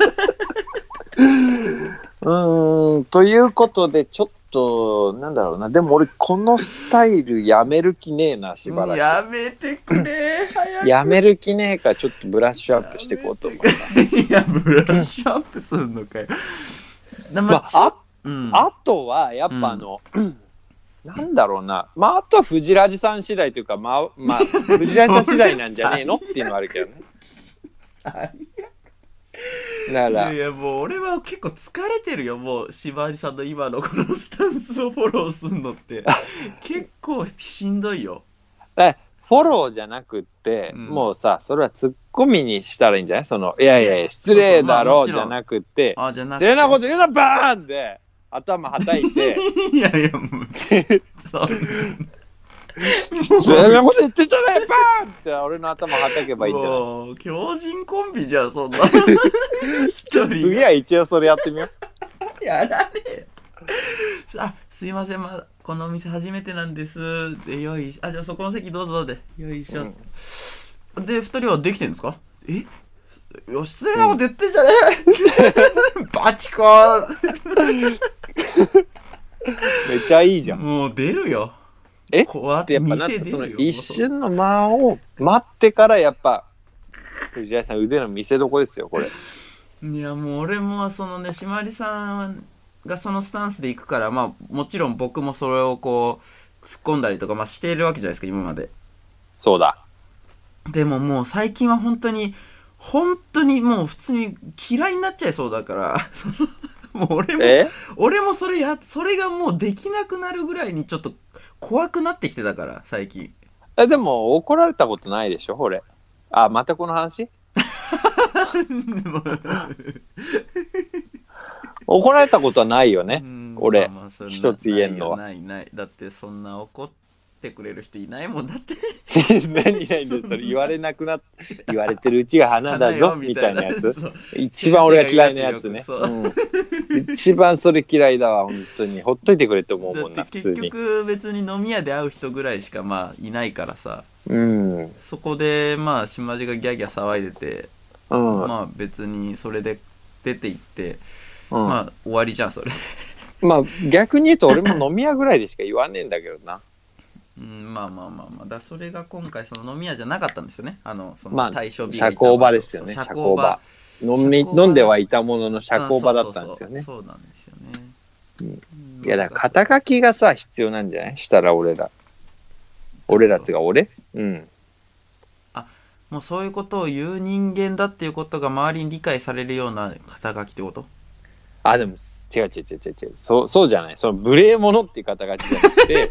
うーんということでちょっとなんだろうな。でも俺このスタイルやめる気ねえなしばらく。 やめてくれ早く。 やめる気ねえからちょっとブラッシュアップしていこうと思う。 いやブラッシュアップすんのかよ。 まああうん、あとはやっぱあの、うん、なんだろうな、まああとは藤ラジさん次第というかまあまあ藤ラジさん次第なんじゃねえのっていうのはあるけどね。 だからいやもう俺は結構疲れてるよもう柴地さんの今のこのスタンスをフォローするのって結構しんどいよ。 フォローじゃなくって、うん、もうさそれはツッコミにしたらいいんじゃない。そのいやいやいや失礼だろうじゃなくって失礼なこと言うなバーンで頭はたいていやいやもうそ失礼なこと言ってんじゃないバーンって俺の頭はたけばいいんじゃない。もう強靭コンビじゃんそんな次は一応それやってみようやらねえあすいません、まあ、このお店初めてなんですでよいしあじゃあそこの席どうぞでよいしょ、うん、でふたりはできてるんですか。えいや失礼なこと言ってんじゃねえ、うん、バチコーンめっちゃいいじゃん。 もう出るよ。 えこうやってやっぱなんかその一瞬の間を待ってからやっぱ藤井さん腕の見せ所ですよこれ。 いやもう俺もそのねしまりさんがそのスタンスでいくからまあもちろん僕もそれをこう突っ込んだりとかまあしているわけじゃないですか今まで。 そうだ。 でももう最近は本当に本当にもう普通に嫌いになっちゃいそうだからそのもう俺もえ俺もそれやそれがもうできなくなるぐらいにちょっと怖くなってきてたから最近。 えでも怒られたことないでしょ俺。あ、またこの話怒られたことはないよね。俺、 まあまあそんな一つ言えんのは。 ないよないないだってそんな怒ってくれる人いないもんだって何何でそれ言われなくなっ言われてるうちが花だぞみたいなやつ。 そう一番俺が嫌いなやつね。 そううん、一番それ嫌いだわ本当に。ほっといてくれと思うもんなだって結普通に。 局別に飲み屋で会う人ぐらいしかまあいないからさ、 うん。 そこでまあ島地がギャーギャー騒いでて、 うん。 まあ別にそれで出て行って、 うん、 まあ終わりじゃんそれまあ逆に言うと俺も飲み屋ぐらいでしか言わねえんだけどな。 うん、まあまあまあまあだそれが今回その飲み屋じゃなかったんですよね。あのそまあの対象日社交場ですよね。社交場。飲み飲んではいたものの社交場だったんですよね。 そうなんですよね。 うん、いやだから肩書きがさ必要なんじゃない？したら俺ら。俺らっつが俺？うん。 あ、もうそういうことを言う人間だっていうことが周りに理解されるような肩書きってこと？ あ、でも違う違う違う違う違う。そうそうじゃない。その無礼者っていう肩書きじゃなくて。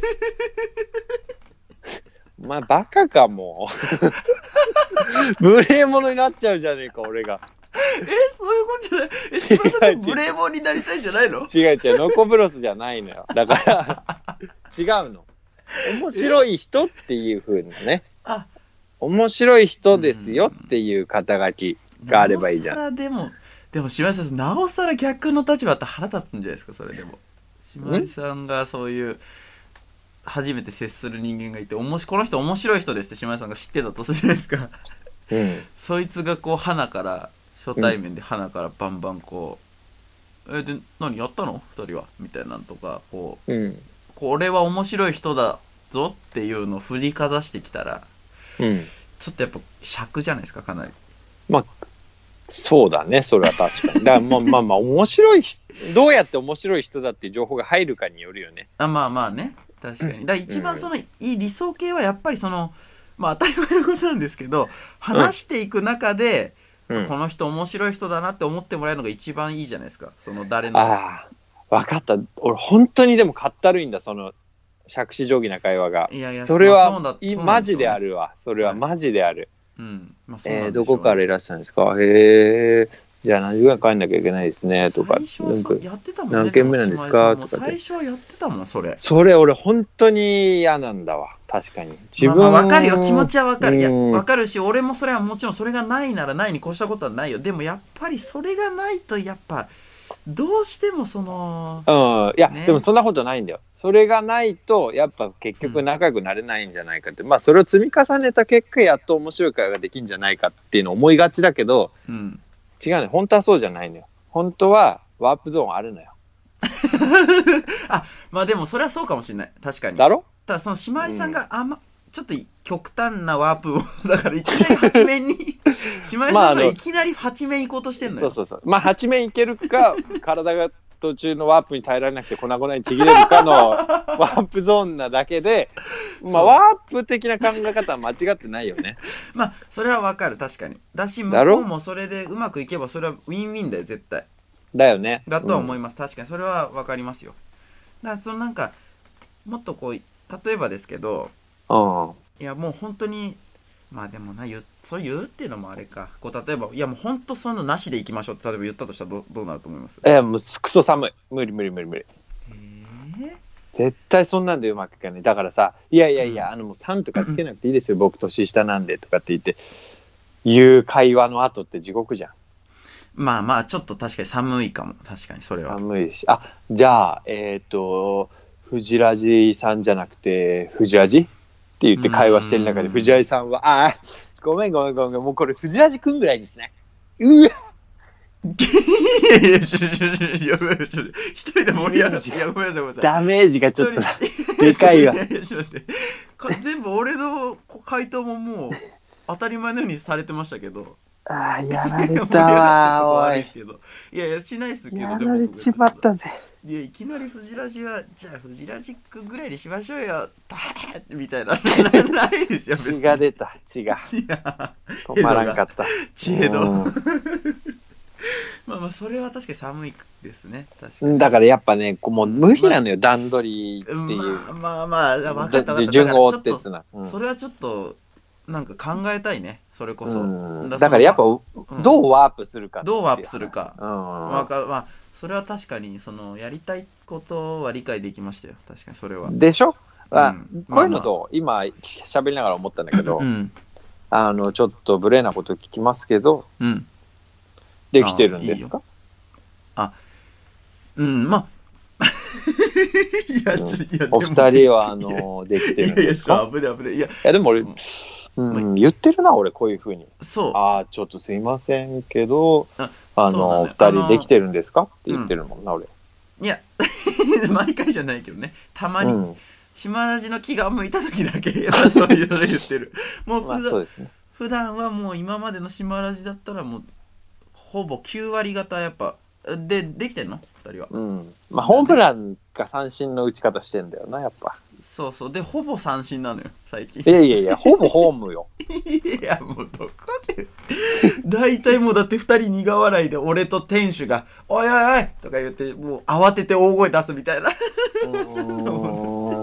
まあバカかもう無礼者になっちゃうじゃねえか俺が。 え、そういうことじゃない？え、島さんって無礼者になりたいんじゃないの？ 違う違う、ノコブロスじゃないのよ。だから違うの。面白い人っていう風なね。 あ、 面白い人ですよっていう肩書きがあればいいじゃん。 なおさらでもでも島地さんなおさら逆の立場って腹立つんじゃないですかそれでも。島地さんがそういう初めて接する人間がいて、おもしこの人面白い人ですって島地さんが知ってたとするじゃないですか。 うん、 そいつがこう花から初対面で花からバンバンこう、うん、えで何やったのふたりはみたいなのとかこう、うん、これは面白い人だぞっていうのを振りかざしてきたら、うん、ちょっとやっぱ尺じゃないですかかなり。 まあそうだねそれは確かに。だからまあまあまあ面白いどうやって面白い人だっていう情報が入るかによるよね。 あまあまあね確かに。だから一番そのいい理想形はやっぱりそのまあ当たり前のことなんですけど話していく中で、うん、この人面白い人だなって思ってもらえるのが一番いいじゃないですかその誰の。 ああ分かった。俺本当にでもかったるいんだその杓子定規な会話が。いやいやそれは、まあね、マジであるわ。それはマジである。はい、うんまあそうなんでしょうね、えー、どこからいらっしゃるんですか。へえじゃあ何時ぐらい帰んなきゃいけないですねとか。 最初はやってたもんね。 何件目なんですかとか。 最初はやってたもんそれ。 それ俺本当に嫌なんだわ。確かに自分、まあ、まあ分かるよ気持ちは分かる。いや分かるし俺もそれはもちろんそれがないならないに越したことはないよ。でもやっぱりそれがないとやっぱどうしてもそのうんいや、ね、でもそんなことないんだよ。それがないとやっぱ結局仲良くなれないんじゃないかって、うん、まあそれを積み重ねた結果やっと面白い会話ができるんじゃないかっていうのを思いがちだけど、うん、違うね。本当はそうじゃないのよ。本当はワープゾーンあるのよ。 あまあでもそれはそうかもしれない。確かに。 だろ。 ただその姉妹さんがあんま、うん、ちょっと極端なワープをだからいきなり八面に姉妹さんがいきなり八面行こうとしてんのよ。 そうそうそう。まあ八面いけるか体が途中のワープに耐えられなくて粉々にちぎれるかのワープゾーンなだけで、まあワープ的な考え方は間違ってないよね。 まあそれはわかる確かに。だし向こうもそれでうまくいけばそれはウィンウィンだよ絶対。 だよね。 だとは思います、うん、確かにそれはわかりますよ。だからそのなんかもっとこう例えばですけど、うん、いやもう本当にまあでもな言うそう言うっていうのもあれか。こう例えばいやもう本当そういうのなしでいきましょうって例えば言ったとしたら ど, どうなると思います？ えー、もうクソ寒い。無理無理無理無理。えー、絶対そんなんでうまくいかない。だからさいやいやいや、うん、あのもうさんとかつけなくていいですよ僕年下なんでとかって言って言う会話の後って地獄じゃん。 まあまあちょっと確かに寒いかも。確かにそれは寒いし。あじゃあえっ、ー、とフジラジさんじゃなくてフジラジって言って会話してる中でフジラジさんはあごめんごめんごめんもうこれフジラジくんぐらいにしない。うわいやいやちょちょちょやばいちょ一人で盛り上がっていやごめんなさいごめんなさいダメージがちょっとでかいわ。 いやいやちょっと待って全部俺の回答ももう当たり前のようにされてましたけどああ、やられ盛り上たがったとこわー、おい悪いです。けど。いやいや、しないですけどね、 やられ僕ちまったぜ。 いや、いきなりフジラジは、じゃあフジラジックぐらいにしましょうよ、だーみたいな、なないですよ、別に。 血が出た、血が。 いや、 止まらんかった。 知恵度。 うんまあまあ、それは確かに寒いですね。確かに。 だからやっぱね、こうもう無理なのよ、段取りっていう。 まあまあまあ、分かった分かった。 順を追ってだからちょっつな。うんとそれはちょっと、なんか考えたいね、それこそ。 うんだだからやっぱ、 んどうワープするかっていう。 どうワープするか。 うんわかまあ、それは確かに、その、やりたいことは理解できましたよ。確かに、それは。 でしょ、 うんあこういうのと、今喋りながら思ったんだけど、 うん。 あのちょっと無礼なこと聞きますけど、 うん。 できてるんですか？ うん、まあ。いや、ちょ、いや、 お二人はあのできてるんいやいや、 ですか？ 危ない危ない。いや、 いやでも俺、 うんうん、言ってるな俺こういうふうに。 そう。 ああちょっとすいませんけど、 ああそうなののよあの二人できてるんですかって言ってるもんな、俺。 いや、毎回じゃないけどね。たまに、 うん、 島ラジの気が向いた時だけ、まあ、そういうの言ってる。もうまあ普段、 そうですね。 普段はもう今までの島ラジだったらもう、ほぼきゅう割方やっぱ、で、できてんのふたりは。 うん。まあホームランか三振の打ち方してんだよなやっぱ。 そうそう。で、ほぼ三振なのよ、最近。 いやいやいやほぼホームよ。 いや、もうどこで。大体もうだって二人苦笑いで俺と店主が、おいおいおいとか言って、もう慌てて大声出すみたいな。 うーん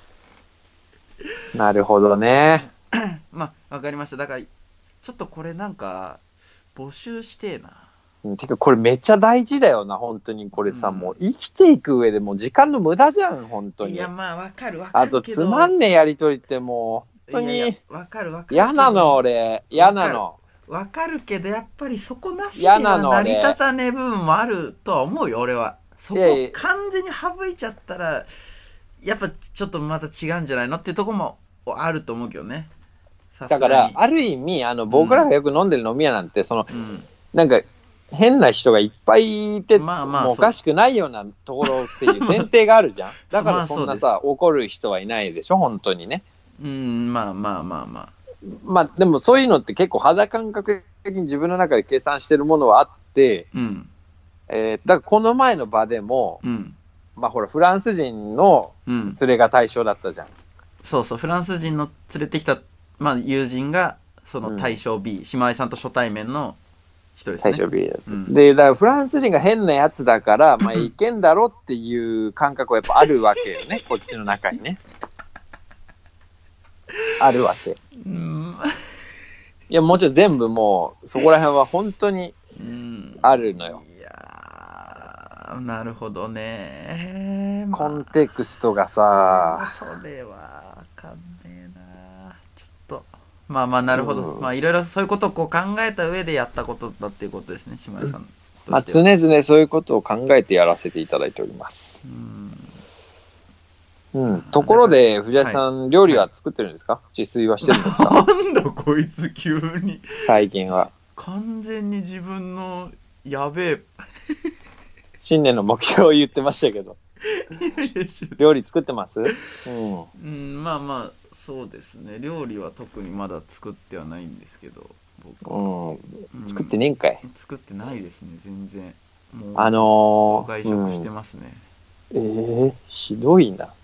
なるほどね。 まあ、わかりました。だから、ちょっとこれなんか、募集してえな。 うんてかこれめっちゃ大事だよな本当にこれさ、 うんもう生きていく上でもう時間の無駄じゃん本当に。 いや、まあ、わかるわかあとるけど。 つまんねえやりとりってもう本当いやいやにわかるわかるけど。 嫌なの俺嫌なの。 わかるけど、やっぱりそこなしで嫌なのは成り立たねえ部分もあるとは思うよ、俺は。そこいやいや完全に省いちゃったら、やっぱちょっとまた違うんじゃないのっていうとこもあると思うけどね。さすがにだからある意味あの僕らがよく飲んでる飲み屋なんてその、 うん、 なんか変な人がいっぱいいて、 まあまあもうおかしくないようなところっていう前提があるじゃん。だかまらあそんなさ、怒る人はいないでしょ本当にね。 うん、まあまあまあまあ。 まあでもそういうのって結構肌感覚的に自分の中で計算してるものはあって、 うん、 えーだからこの前の場でも、 うん、 まあほらフランス人のうん。 連れが対象だったじゃん。 そうそう、フランス人の連れてきた、まあ、友人が、その対象 B、島井さんと初対面の一人ですね。 対象 B だった、 うんでだからフランス人が変なやつだからまあいけんだろっていう感覚はやっぱあるわけよねこっちの中にね。あるわけ。 うん、 いやもちろん全部もうそこら辺は本当にうんあるのよ。 いやー、なるほどね。まあコンテクストがさ、 それはわかんねえな。ちょっとまあまあなるほど、 うんまあいろいろそういうことをこう考えた上でやったことだっていうことですね、島井さんとしては。 まあ、常々そういうことを考えてやらせていただいております。 うんうん、ところで藤井さん、料理は作ってるんですか？自炊はしてるんですか？ なんだこいつ急に最近は。 完全に自分のやべえ新年の目標を言ってましたけど料理作ってます？うん、 うんまあまあそうですね、料理は特にまだ作ってはないんですけど僕は、 うん、作ってねえんかい。 作ってないですね全然。もうあのー、 外食してますね、 うん、えー、ひどいな。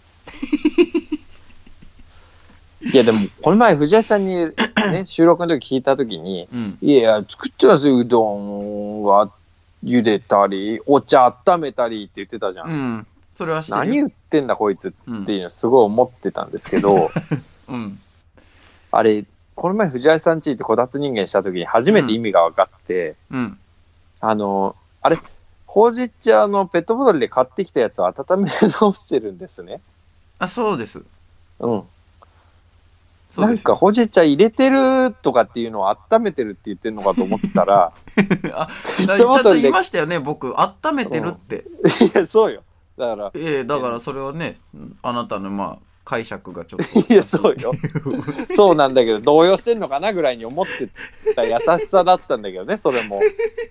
いやでもこの前藤井さんに、ね、収録の時聞いた時にうん 「いや作ってますようどんは茹でたりお茶温めたり」って言ってたじゃん、 うん、それはしてる何言ってんだこいつうんっていうのすごい思ってたんですけど、 うんあれこの前藤井さんち行ってこたつ人間した時に初めて意味が分かって、 うんあのあれほうじ茶のペットボトルで買ってきたやつを温め直してるんですね。 あそうですうんそうですなんかほうじ茶入れてるとかっていうのを温めてるって言ってるのかと思ったらあペッちゃんとトボトルで言いましたよね僕温めてるって、 いやそうよだからええだからそれはねあなたのまあ解釈がちょっといやそうよそうなんだけど動揺してんのかなぐらいに思ってた優しさだったんだけどねそれも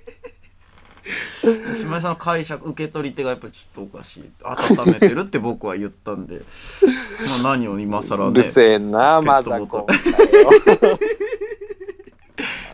島井さんの解釈受け取り手がやっぱりちょっとおかしい温めてるって僕は言ったんでまあ何を今更ねうるせえなペッマザトボトルコンだよ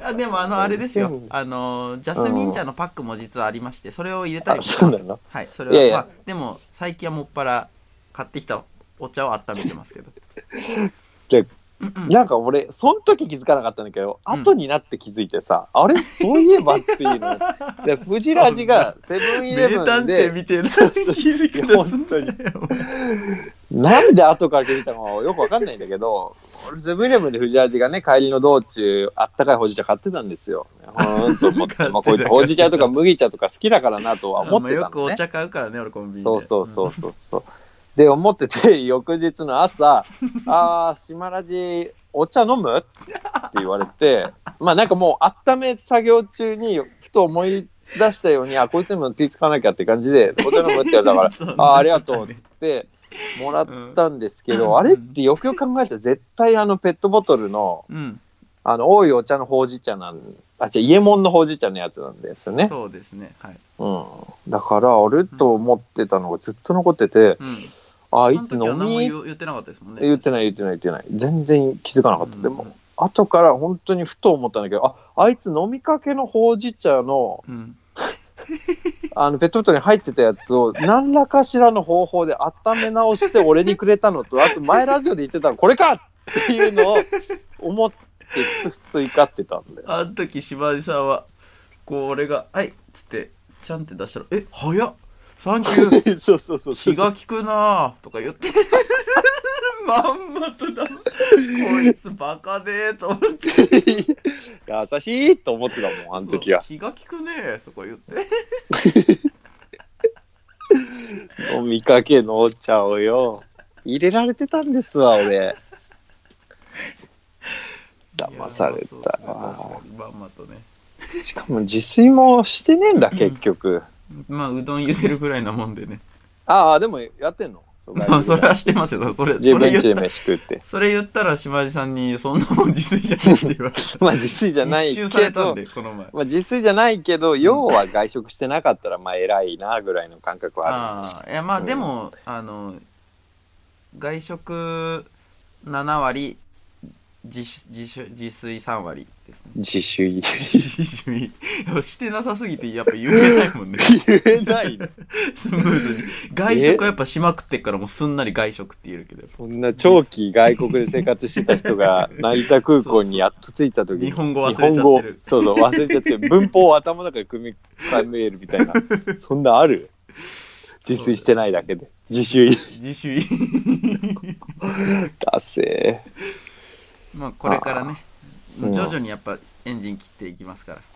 あでもあのあれですよ、 うんあのジャスミン茶のパックも実はありまして、それを入れたりもします。 そうなの？ はいそれは。 いやいやまあでも最近はもっぱら買ってきたお茶を温めてますけど。 でうんうんなんか俺その時気づかなかったんだけど、 うん後になって気づいてさ、あれそういえばっていうのでフジラジがセブンイレ名ブン探偵でみたいな気づき方すんだよ。 なんで後から気づいたのかよくわかんないんだけど、俺セブンイレブンでフジラジがね帰りの道中あったかいほうじ茶買ってたんですよ。ほーんと思って、まあこいつほうじ茶とか麦茶とか好きだからなとは思ってたのね。 よくお茶買うからね俺コンビニで。 そうそうそうそうそう。で思ってて翌日の朝「あー島ラジお茶飲む?」って言われて、まあなんかもう温め作業中にふと思い出したように、あこいつにも気使わなきゃって感じで「お茶飲む?」って言われたからそんな 「あーありがとう」っつってもらったんですけど、 うんあれってよくよく考えたら絶対あのペットボトルのうんあの多いお茶のほうじ茶なんあ違う伊右衛門のほうじ茶のやつなんですよね。 そうですねはい。 うん、だからあれと思ってたのがずっと残ってて、 うんあいつその時は何も飲み言言ってなかったですもんね。 言ってない言ってない言ってない全然気づかなかった、 うんでも後から本当にふと思ったんだけど、ああいつ飲みかけのほうじ茶のうんあのペットボトルに入ってたやつを何らかしらの方法で温め直して俺にくれたのと、あと前ラジオで言ってたのこれかっていうのを思ってふつふつと怒ってたんだよ。 あの時島地さんはこう俺が「はい」っつってちゃんって出したら「え早っサンキューそうそうそうそう気が利くな」とか言ってまんまとだこいつバカでーと思って優しいと思ってたもんあの時は。 そう気が利くねーとか言って飲みかけのお茶をよ入れられてたんですわ俺。騙されたわ。 いやまあそうですね確かにまんまとね。 しかも自炊もしてねえんだ結局。 まあうどん茹でるぐらいなもんでね。 ああでもやってんの？そうまあそれはしてますよ。それ自分家でそれ言った飯食って。 それ言ったら島地さんにそんなもん自炊じゃないって言われた。 まあ自炊じゃない一周さけど、 れたんでこの前。 まあ自炊じゃないけど、要は外食してなかったらまあ偉いなぐらいの感覚はある。 ああいやまあでも、あの外食なな割自主自主自炊さん割ですね。 自炊自炊いやしてなさすぎてやっぱ言えないもんね。 言えないの。 スムーズに外食はやっぱしまくってっからもうすんなり外食って言えるけど、 そんな長期外国で生活してた人が成田空港にやっと着いた時に日本語忘れちゃってる日本語そうそう忘れちゃって文法を頭の中で組み替えるみたいなそんなある？自炊してないだけで自炊自炊だせまあこれからねうん徐々にやっぱエンジン切っていきますから、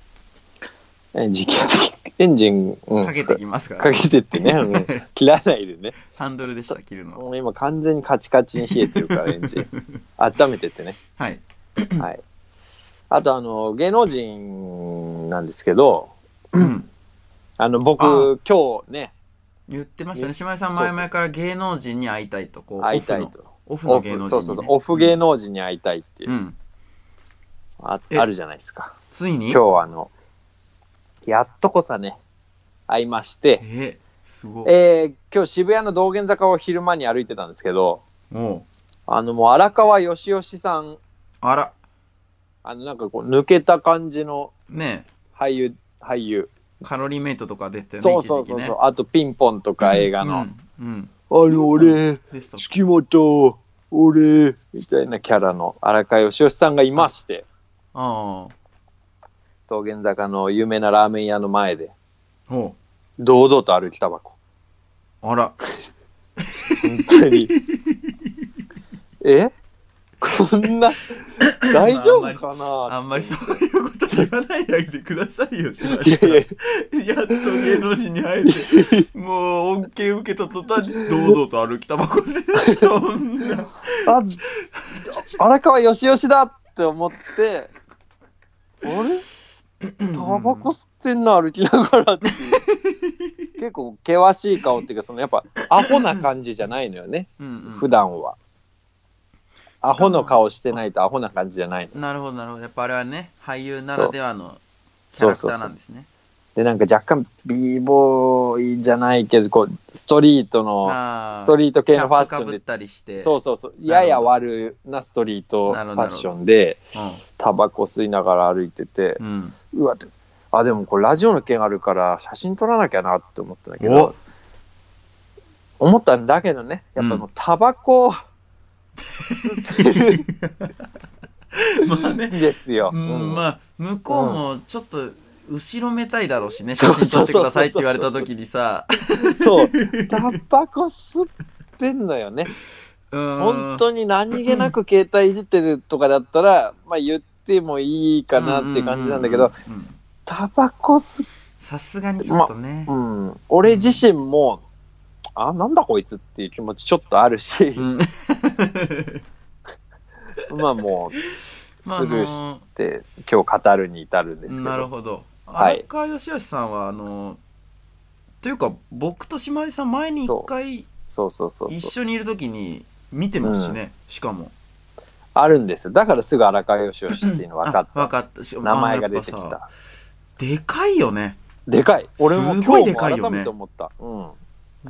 エンジンエンジン、うん、 かけていきますから、 かけてってね、うん、切らないでね。 ハンドルでした切るのは。 もう今完全にカチカチに冷えてるからエンジン温めてってね。 はいはい。あとあの芸能人なんですけど、 うんあの僕あ今日ね言ってましたね島井さん前々から芸能人に会いたいとこう会いたいとオフのオフの芸能人に、ね、 そうそうそうオフ芸能人に会いたいっていう、 うんあえあるじゃないですか。 ついに今日あのやっとこさね会いまして、 えすごい、 えー、今日渋谷の道玄坂を昼間に歩いてたんですけど、 もうあのもう荒川よしよしさん、 あらあのなんかこう抜けた感じのね俳優俳優えカロリーメイトとか出てたよねそうそうそうそう、あとピンポンとか映画の、 うん、うんあれ俺でしたっけ月本俺みたいなキャラの荒川よしよしさんがいまして、 あ道玄坂の有名なラーメン屋の前であお堂々と歩きタバコ。 あら本当にえこんな大丈夫かな、 あんまりそういうこと言わないであげてくださいよ島いや井さんいややっと芸能人に会えてもう恩恵受けた途端に堂々と歩きタバコでそんなあ荒川よしよしだって思ってあれタバコ吸ってんな歩きながらっていう結構険しい顔っていうかそのやっぱアホな感じじゃないのよねうん、うん、 普段はアホの顔してないとアホな感じじゃないの。 なるほどなるほどやっぱあれはね俳優ならではのキャラクターなんですね。 でなんか若干 b ボーイじゃないけどこうストリートのストリート系のファッションでたりしてそうそうそうやや悪なストリートファッションでタバコ吸いながら歩いてて、うん、うわってあでもこれラジオの件あるから写真撮らなきゃなって思ったんだけど思ったんだけどねやっぱもうタバコ吸ってるまあねですよ、 うん、まあ向こうもちょっと後ろめたいだろうしね、写真撮ってくださいって言われた時にさそうタバコ吸ってんのよね本当に何気なく携帯いじってるとかだったらまあ言ってもいいかなって感じなんだけどタバコ吸さすがにちょっとね、 まうん、俺自身も、うん、あなんだこいつっていう気持ちちょっとあるし、うん、まあもうスルーして、今日語るに至るんですけどなるほど荒川よしよしさんはあのというか僕と島地さん前に一回一緒にいる時に見てますしね、うん、しかもあるんですだからすぐ荒川よしよしっていうの分かった分かったし名前が出てきたでかいよねでかい俺も今日も改めて思った、うん、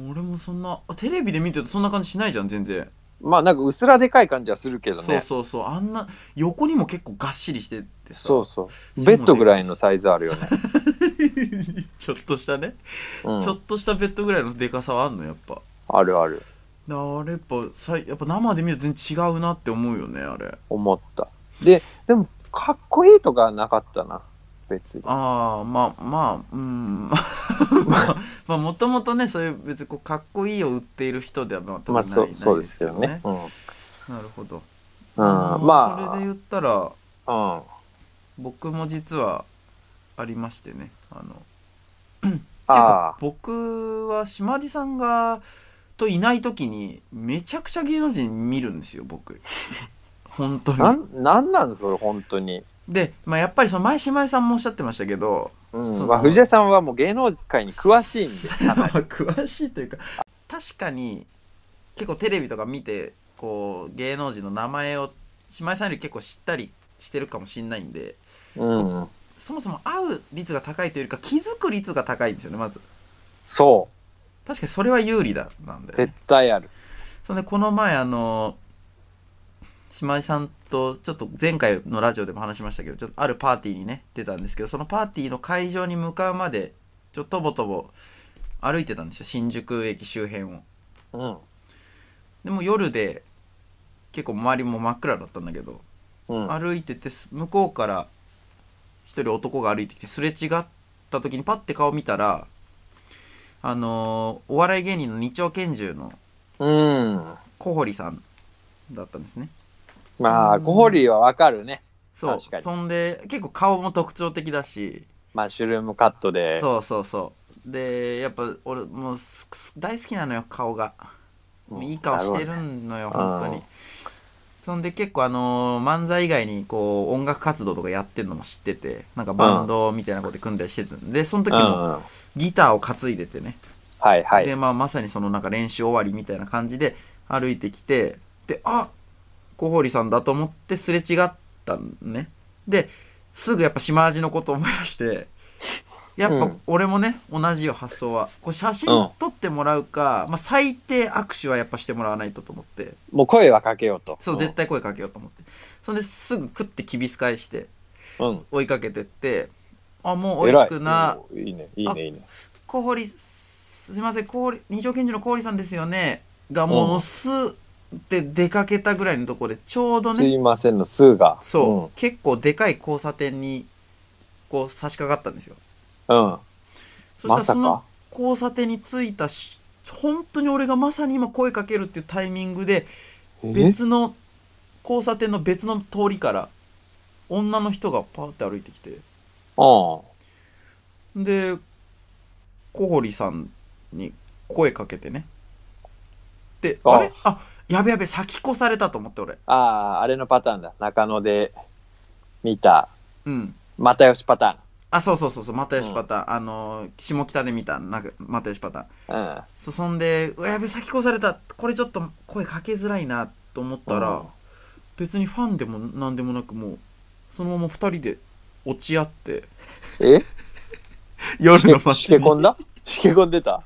俺もそんなテレビで見てるとそんな感じしないじゃん全然まあなんかうすらでかい感じはするけどねそうそうそうあんな横にも結構がっしりしててさそうそうベッドぐらいのサイズあるよねちょっとしたね、うん、ちょっとしたベッドぐらいのでかさはあんのやっぱあるあるあれやっぱさやっぱ生で見ると全然違うなって思うよねあれ思ったででもかっこいいとかはなかったな別にああまあまあうんまあもともとねそういう別にこうかっこいいを売っている人ではまあない、まあ、そうですけどね、うん、なるほど、うん、あまあそれで言ったら、うん、僕も実はありましてねあの結構僕は島地さんがといない時にめちゃくちゃ芸能人見るんですよ僕本当になん, なんなんそれ本当にで、まあ、やっぱりその前島井さんもおっしゃってましたけど、 うんまあ、藤井さんはもう芸能界に詳しいんで詳しいというか確かに結構テレビとか見てこう芸能人の名前を島井さんより結構知ったりしてるかもしれないんで、うん、そもそも会う率が高いというよりか気づく率が高いんですよねまずそう確かにそれは有利だなんで、ね、 絶対あるそれでこの前あの島井さんとちょっと前回のラジオでも話しましたけどちょっとあるパーティーにね出たんですけどそのパーティーの会場に向かうまでちょっととぼとぼ歩いてたんですよ新宿駅周辺を、うん、でも夜で結構周りも真っ暗だったんだけど、うん、歩いてて向こうから一人男が歩いてきてすれ違った時にパッて顔見たらあのー、お笑い芸人の二丁拳銃の小堀さんだったんですね。 まあ小堀はわかるね。 そう確かにそんで結構顔も特徴的だしマッシュルームカットでそうそうそうでやっぱ俺もう大好きなのよ顔が、うん、いい顔してるのよ、ね、本当に、うん、そんで結構あのー、漫才以外にこう音楽活動とかやってるのも知っててなんかバンドみたいなことで組んだりしてるんで、うん、その時もギターを担いでてね、 はいはいでまあまさにそのなんか練習終わりみたいな感じで歩いてきてであ小堀さんだと思ってすれ違ったんねですぐやっぱ島味のことを思い出してやっぱ俺もね、うん、同じよ発想はこう写真撮ってもらうか、うんまあ、最低握手はやっぱしてもらわないとと思ってもう声はかけようとそう、うん、絶対声かけようと思ってそんですぐクッてきびす返して、うん、追いかけてってあもう追いつくないいねいいねいいね小堀すいません小堀二条拳銃の小堀さんですよねがもうすって出かけたぐらいのところでちょうどねすいませんの数がそう、うん、結構でかい交差点にこう差し掛かったんですようんそしたらその交差点に着いたし本当に俺がまさに今声かけるっていうタイミングで別の交差点の別の通りから女の人がパーって歩いてきてあで小堀さんに声かけてねであれあやべやべ先越されたと思って俺あああれのパターンだ中野で見たうん又吉パターンあそうそうそうそう又吉パターン、うん、あの下北で見たなんか又吉パターン、うん、そそんでうわやべ先越されたこれちょっと声かけづらいなと思ったら、うん、別にファンでもなんでもなくもうそのままふたりで落ち合ってえ夜のし街にけ込んだしけ込んでた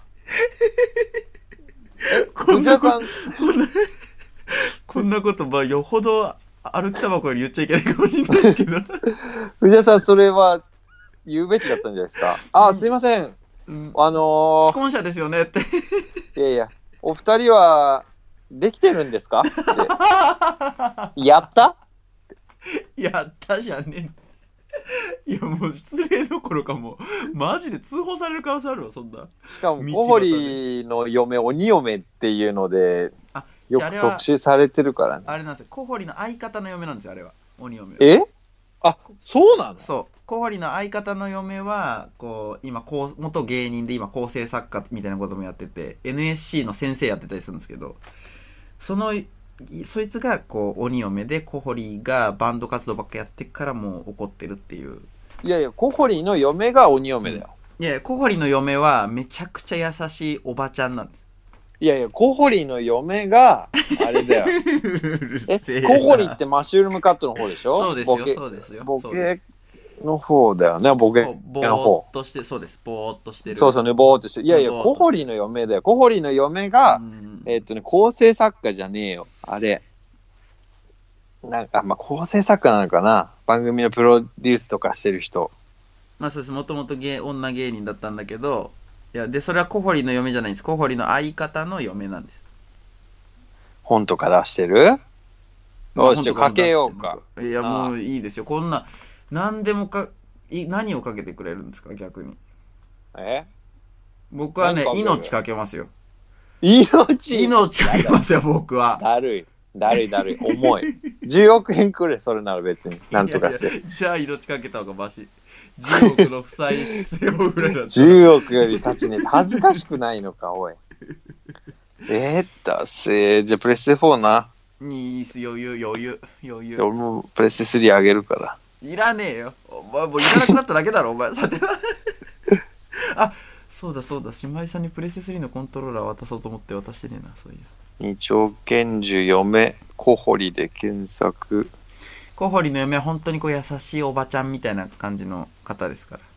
こん藤田さんなことこんなこんなことまあよほど歩きタバコより言っちゃいけないかもしれないですけど藤田さんそれは言うべきだったんじゃないですか。あ、すいません。 うんあの既婚者ですよねってー、いやいや、お二人はできてるんですかってやったやったじゃねえ。いやもう失礼どころかもうマジで通報される可能性あるわそんな。 しかも道端で小堀の嫁鬼嫁っていうのであよく特集されてるからね。 あれなんですよ、小堀の相方の嫁なんですよあれは。鬼嫁は。 えあ、そうなの？ そう小堀の相方の嫁はこう今こう元芸人で今構成作家みたいなこともやってて エヌエスシー の先生やってたりするんですけど、そのそいつがこう鬼嫁で小堀がバンド活動ばっかやってからもう怒ってるっていう。 いやいや、小堀の嫁が鬼嫁だよ。 いやいや小堀の嫁はめちゃくちゃ優しいおばちゃんなんです。 いやいや、小堀の嫁があれだよ。 うるえ、 せえな小堀ってマッシュルームカットの方でしょ？ そうですよボケそうですよボそうでケの方だよね、ボケすぼーの方っ。としてそうですぼーっとしてる。 そうそうね、ぼーっとして。いやいや、 ぼーっとして小堀の嫁だよ。小堀の嫁が、 うんえっとね、構成作家じゃねえよ。あれ。なんか、まあ、構成作家なのかな。番組のプロデュースとかしてる人。 まあそうです、もともと芸女芸人だったんだけど、いやでそれは小堀の嫁じゃないんです。小堀の相方の嫁なんです。 本とか出してる？よし、 本とじゃあかけようか。 いやああもういいですよ。こんな何でもかい何をかけてくれるんですか逆に。 え僕はね何かける命かけますよ。 命命かけますよ僕は。 だるい。だるいだるい。重い。じゅうおくえんくれ、それなら別に。なんとかして。 いやいやじゃあ命かけた方がマシ。じゅうおくの負債背負うぐらいだったらじゅうおくより立ちねえ。恥ずかしくないのか、おい。えー、だせー。じゃあプレステフォーな。 いいっす余裕余裕余裕。 俺もプレステスリーあげるから。 いらねえよ。お前もういらなくなっただけだろ、お前。さては。あ、そうだそうだ。姉妹さんにプレステスリーのコントローラー渡そうと思って渡してねえな、そういう。 二丁拳銃嫁、小堀で検索。 小堀の嫁は本当にこう優しいおばちゃんみたいな感じの方ですから。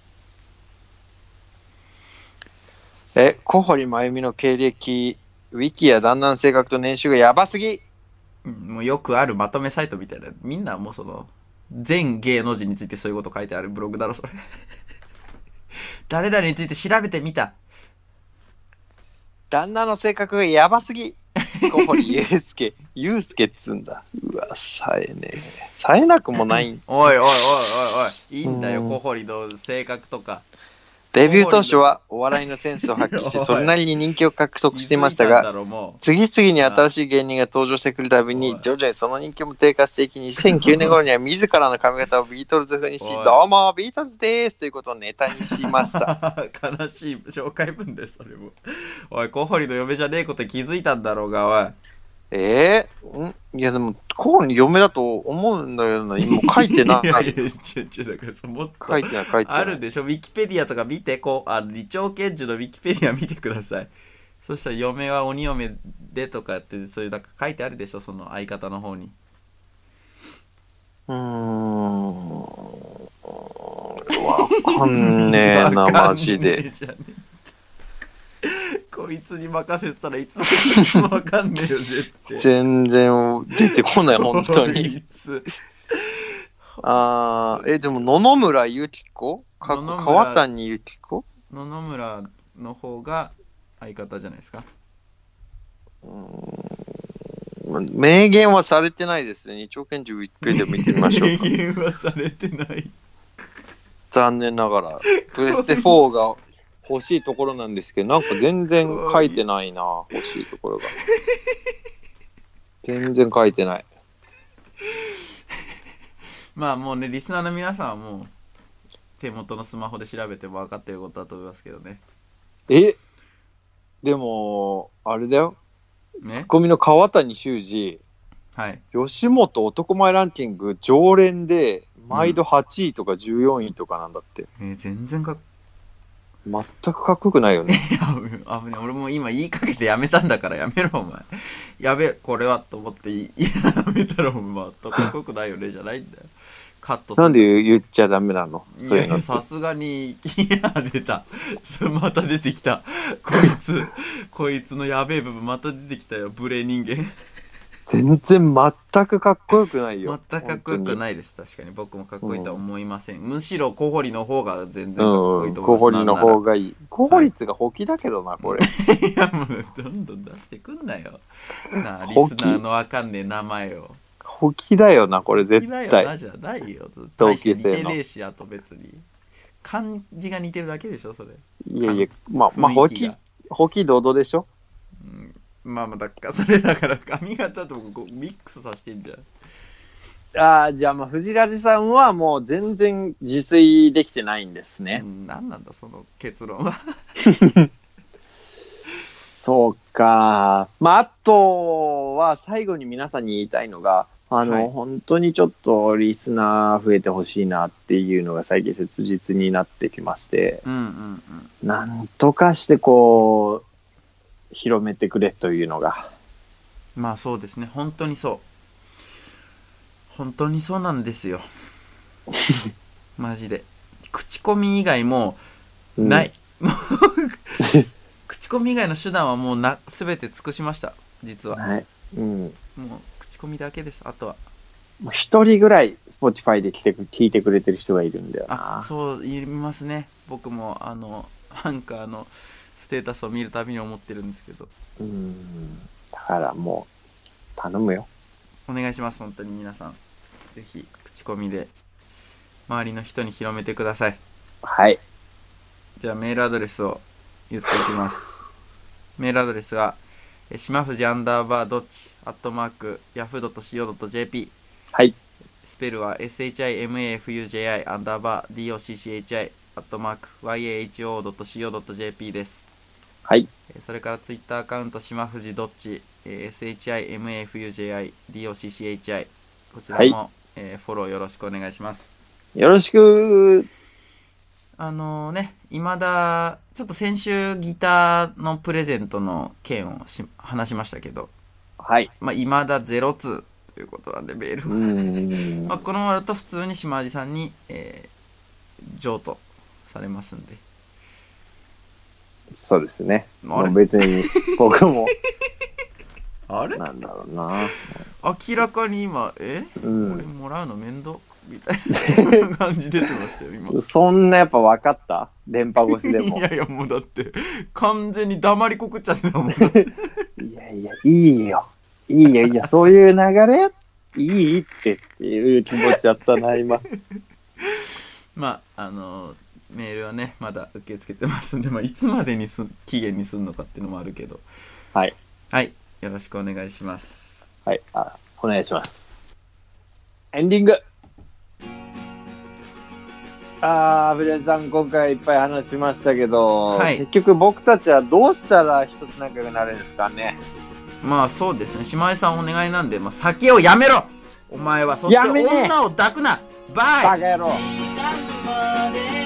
え、小堀真由美の経歴、ウィキや旦那の性格と年収がやばすぎ。 うん、もうよくあるまとめサイトみたいな。みんなもうその、全芸能人についてそういうこと書いてあるブログだろ、それ。誰々について調べてみた。 旦那の性格がやばすぎ。小堀祐介。祐介っつうんだ。うわ、さえねえ。さえなくもないんす。 おいおいおいおいおい。いいんだよ、 うん小堀の性格とか。 デビュー当初はお笑いのセンスを発揮して、それなりに人気を獲得していましたが、 気づいたんだろもう次々に新しい芸人が登場してくるたびに、 おい徐々にその人気も低下していき、にせんきゅうねん頃には自らの髪型をビートルズ風にし、 おいどうも、ビートルズでーすということをネタにしました。 悲しい紹介文でそれも。おい、小堀の嫁じゃねえこと気づいたんだろうが、おい。 えー、んいやでも、こうに嫁だと思うんだけどな、今書いてない。 いやいや、ちょ、ちょ、だからそもっと書いてない、書いてない。 あるでしょ。ウィキペディアとか見て、こう、あの、李長賢治のウィキペディア見てください。そしたら、嫁は鬼嫁でとかって、そういうなんか書いてあるでしょ、その相方の方に。 うーん。わかんねえな、マジで。 わかんねえじゃねえこいつに任せてたらいつまでいつもわかんねえよ、絶対。 全然出てこない、本当こに。 いつあー、え、でも野々村ゆき子かっこ野々村川谷ゆき子野々村の方が相方じゃないですか。 明言はされてないですね。二丁拳銃ウィキペディア見てみましょうか。 明言はされてない。 残念ながら。プレステフォーが欲しいところなんですけど、なんか全然書いてないな、欲しいところが。全然書いてない。 まあもうね、リスナーの皆さんはもう手元のスマホで調べても分かってることだと思いますけどね。 えでも、あれだよ。ツッね。 コミの川谷修二、 はい。 吉本男前ランキング常連で、毎度はちいとかじゅうよんいとかなんだって。 えー全然か、 全くかっこよくないよね。 いや危ね、俺も今言いかけてやめたんだからやめろお前。やべこれはと思ってやめたらお前全くかっこよくないよねじゃないんだよ。カットする。 なんで言っちゃダメなの？ いそういうのって。 やいやさすがにいや出たまた出てきたこいつこいつのやべえ部分また出てきたよ無礼人間。 全然全くかっこよくないよ。 全くかっこよくないです。確かに僕もかっこいいとは思いません、うん、むしろ小堀の方が全然かっこいいと思います。 小堀の方がいい。小堀っつがほきだけどな、はい、これ。 いやもうどんどん出してくんなよなあ、リスナーのわかんねえ名前を。 ほきだよなこれ絶対。 ほきだよなじゃないよ。同級生の。似てねえし、あと別に漢字が似てるだけでしょそれ。 いやいや、まあまあほきほきどどでしょ。 うん、まあまあだからそれだから髪型とミックスさせてんじゃん。 ああ、じゃあまあ藤ラジさんはもう全然自炊できてないんですね。 うん、何なんだその結論は。 そうか。まああとは最後に皆さんに言いたいのが、あの、はい、本当にちょっとリスナー増えてほしいなっていうのが最近切実になってきまして、 うんうんうん、 なんとかしてこう広めてくれというのが。 まあそうですね、本当にそう本当にそうなんですよ。マジで口コミ以外もない、うん、口コミ以外の手段はもうな全て尽くしました実は、 はい、うん、 もう口コミだけです。あとはもう一人ぐらい Spotify で来て聞いてくれてる人がいるんだよな。 あ、そう言いますね。僕もあのアンカーのステータスを見るたびに思ってるんですけど、 うん、だからもう頼むよ、 お願いします。本当に皆さんぜひ口コミで周りの人に広めてください。 はい。 じゃあメールアドレスを言っておきます。メールアドレスはしまふじアンダーバードッチアットマークヤフー ドットシーオー ドット ジェーピー、 はい。 スペルは エスエイチアイエムエーエフユージェーアイ アンダーバー ディーオーシーシーエイチアイ アットマーク ワイエーエイチオー ドットシーオー ドット ジェーピー です。 はい。 それからツイッターアカウントしまふじドッチ エスエイチアイエムエーエフユージェーアイ ディーオーシーシーエイチアイ、 こちらも、はい、えー、フォローよろしくお願いします。 よろしく。 あのー、ね、今だちょっと先週ギターのプレゼントの件をし話しましたけど、 はい。 まあ今だゼロツーということなんでメールはうんまあこのままだと普通に島地さんに、えー、譲渡されますんで。 そうですね。もう別に僕もあれなんだろうな。 明らかに今え、うん、俺もらうの面倒みたいな感じ出てましたよ今。 そんなやっぱ分かった？電波越しでも。 いやいやもうだって完全に黙りこくっちゃってたもん。いやいやいいよいいよいやそういう流れいいってっていう気持ちあったな今。 まああのメールはねまだ受け付けてますんで、まあ、いつまでにす期限にするのかっていうのもあるけど、 はいはいよろしくお願いします。 はい、あお願いします。エンディング。あーブレさん今回いっぱい話しましたけど、はい、結局僕たちはどうしたら一つ仲良くなれるんですかね。 まあそうですね、島井さんお願いなんで、まあ、酒をやめろお前は。そして女を抱くなバイバカ野郎。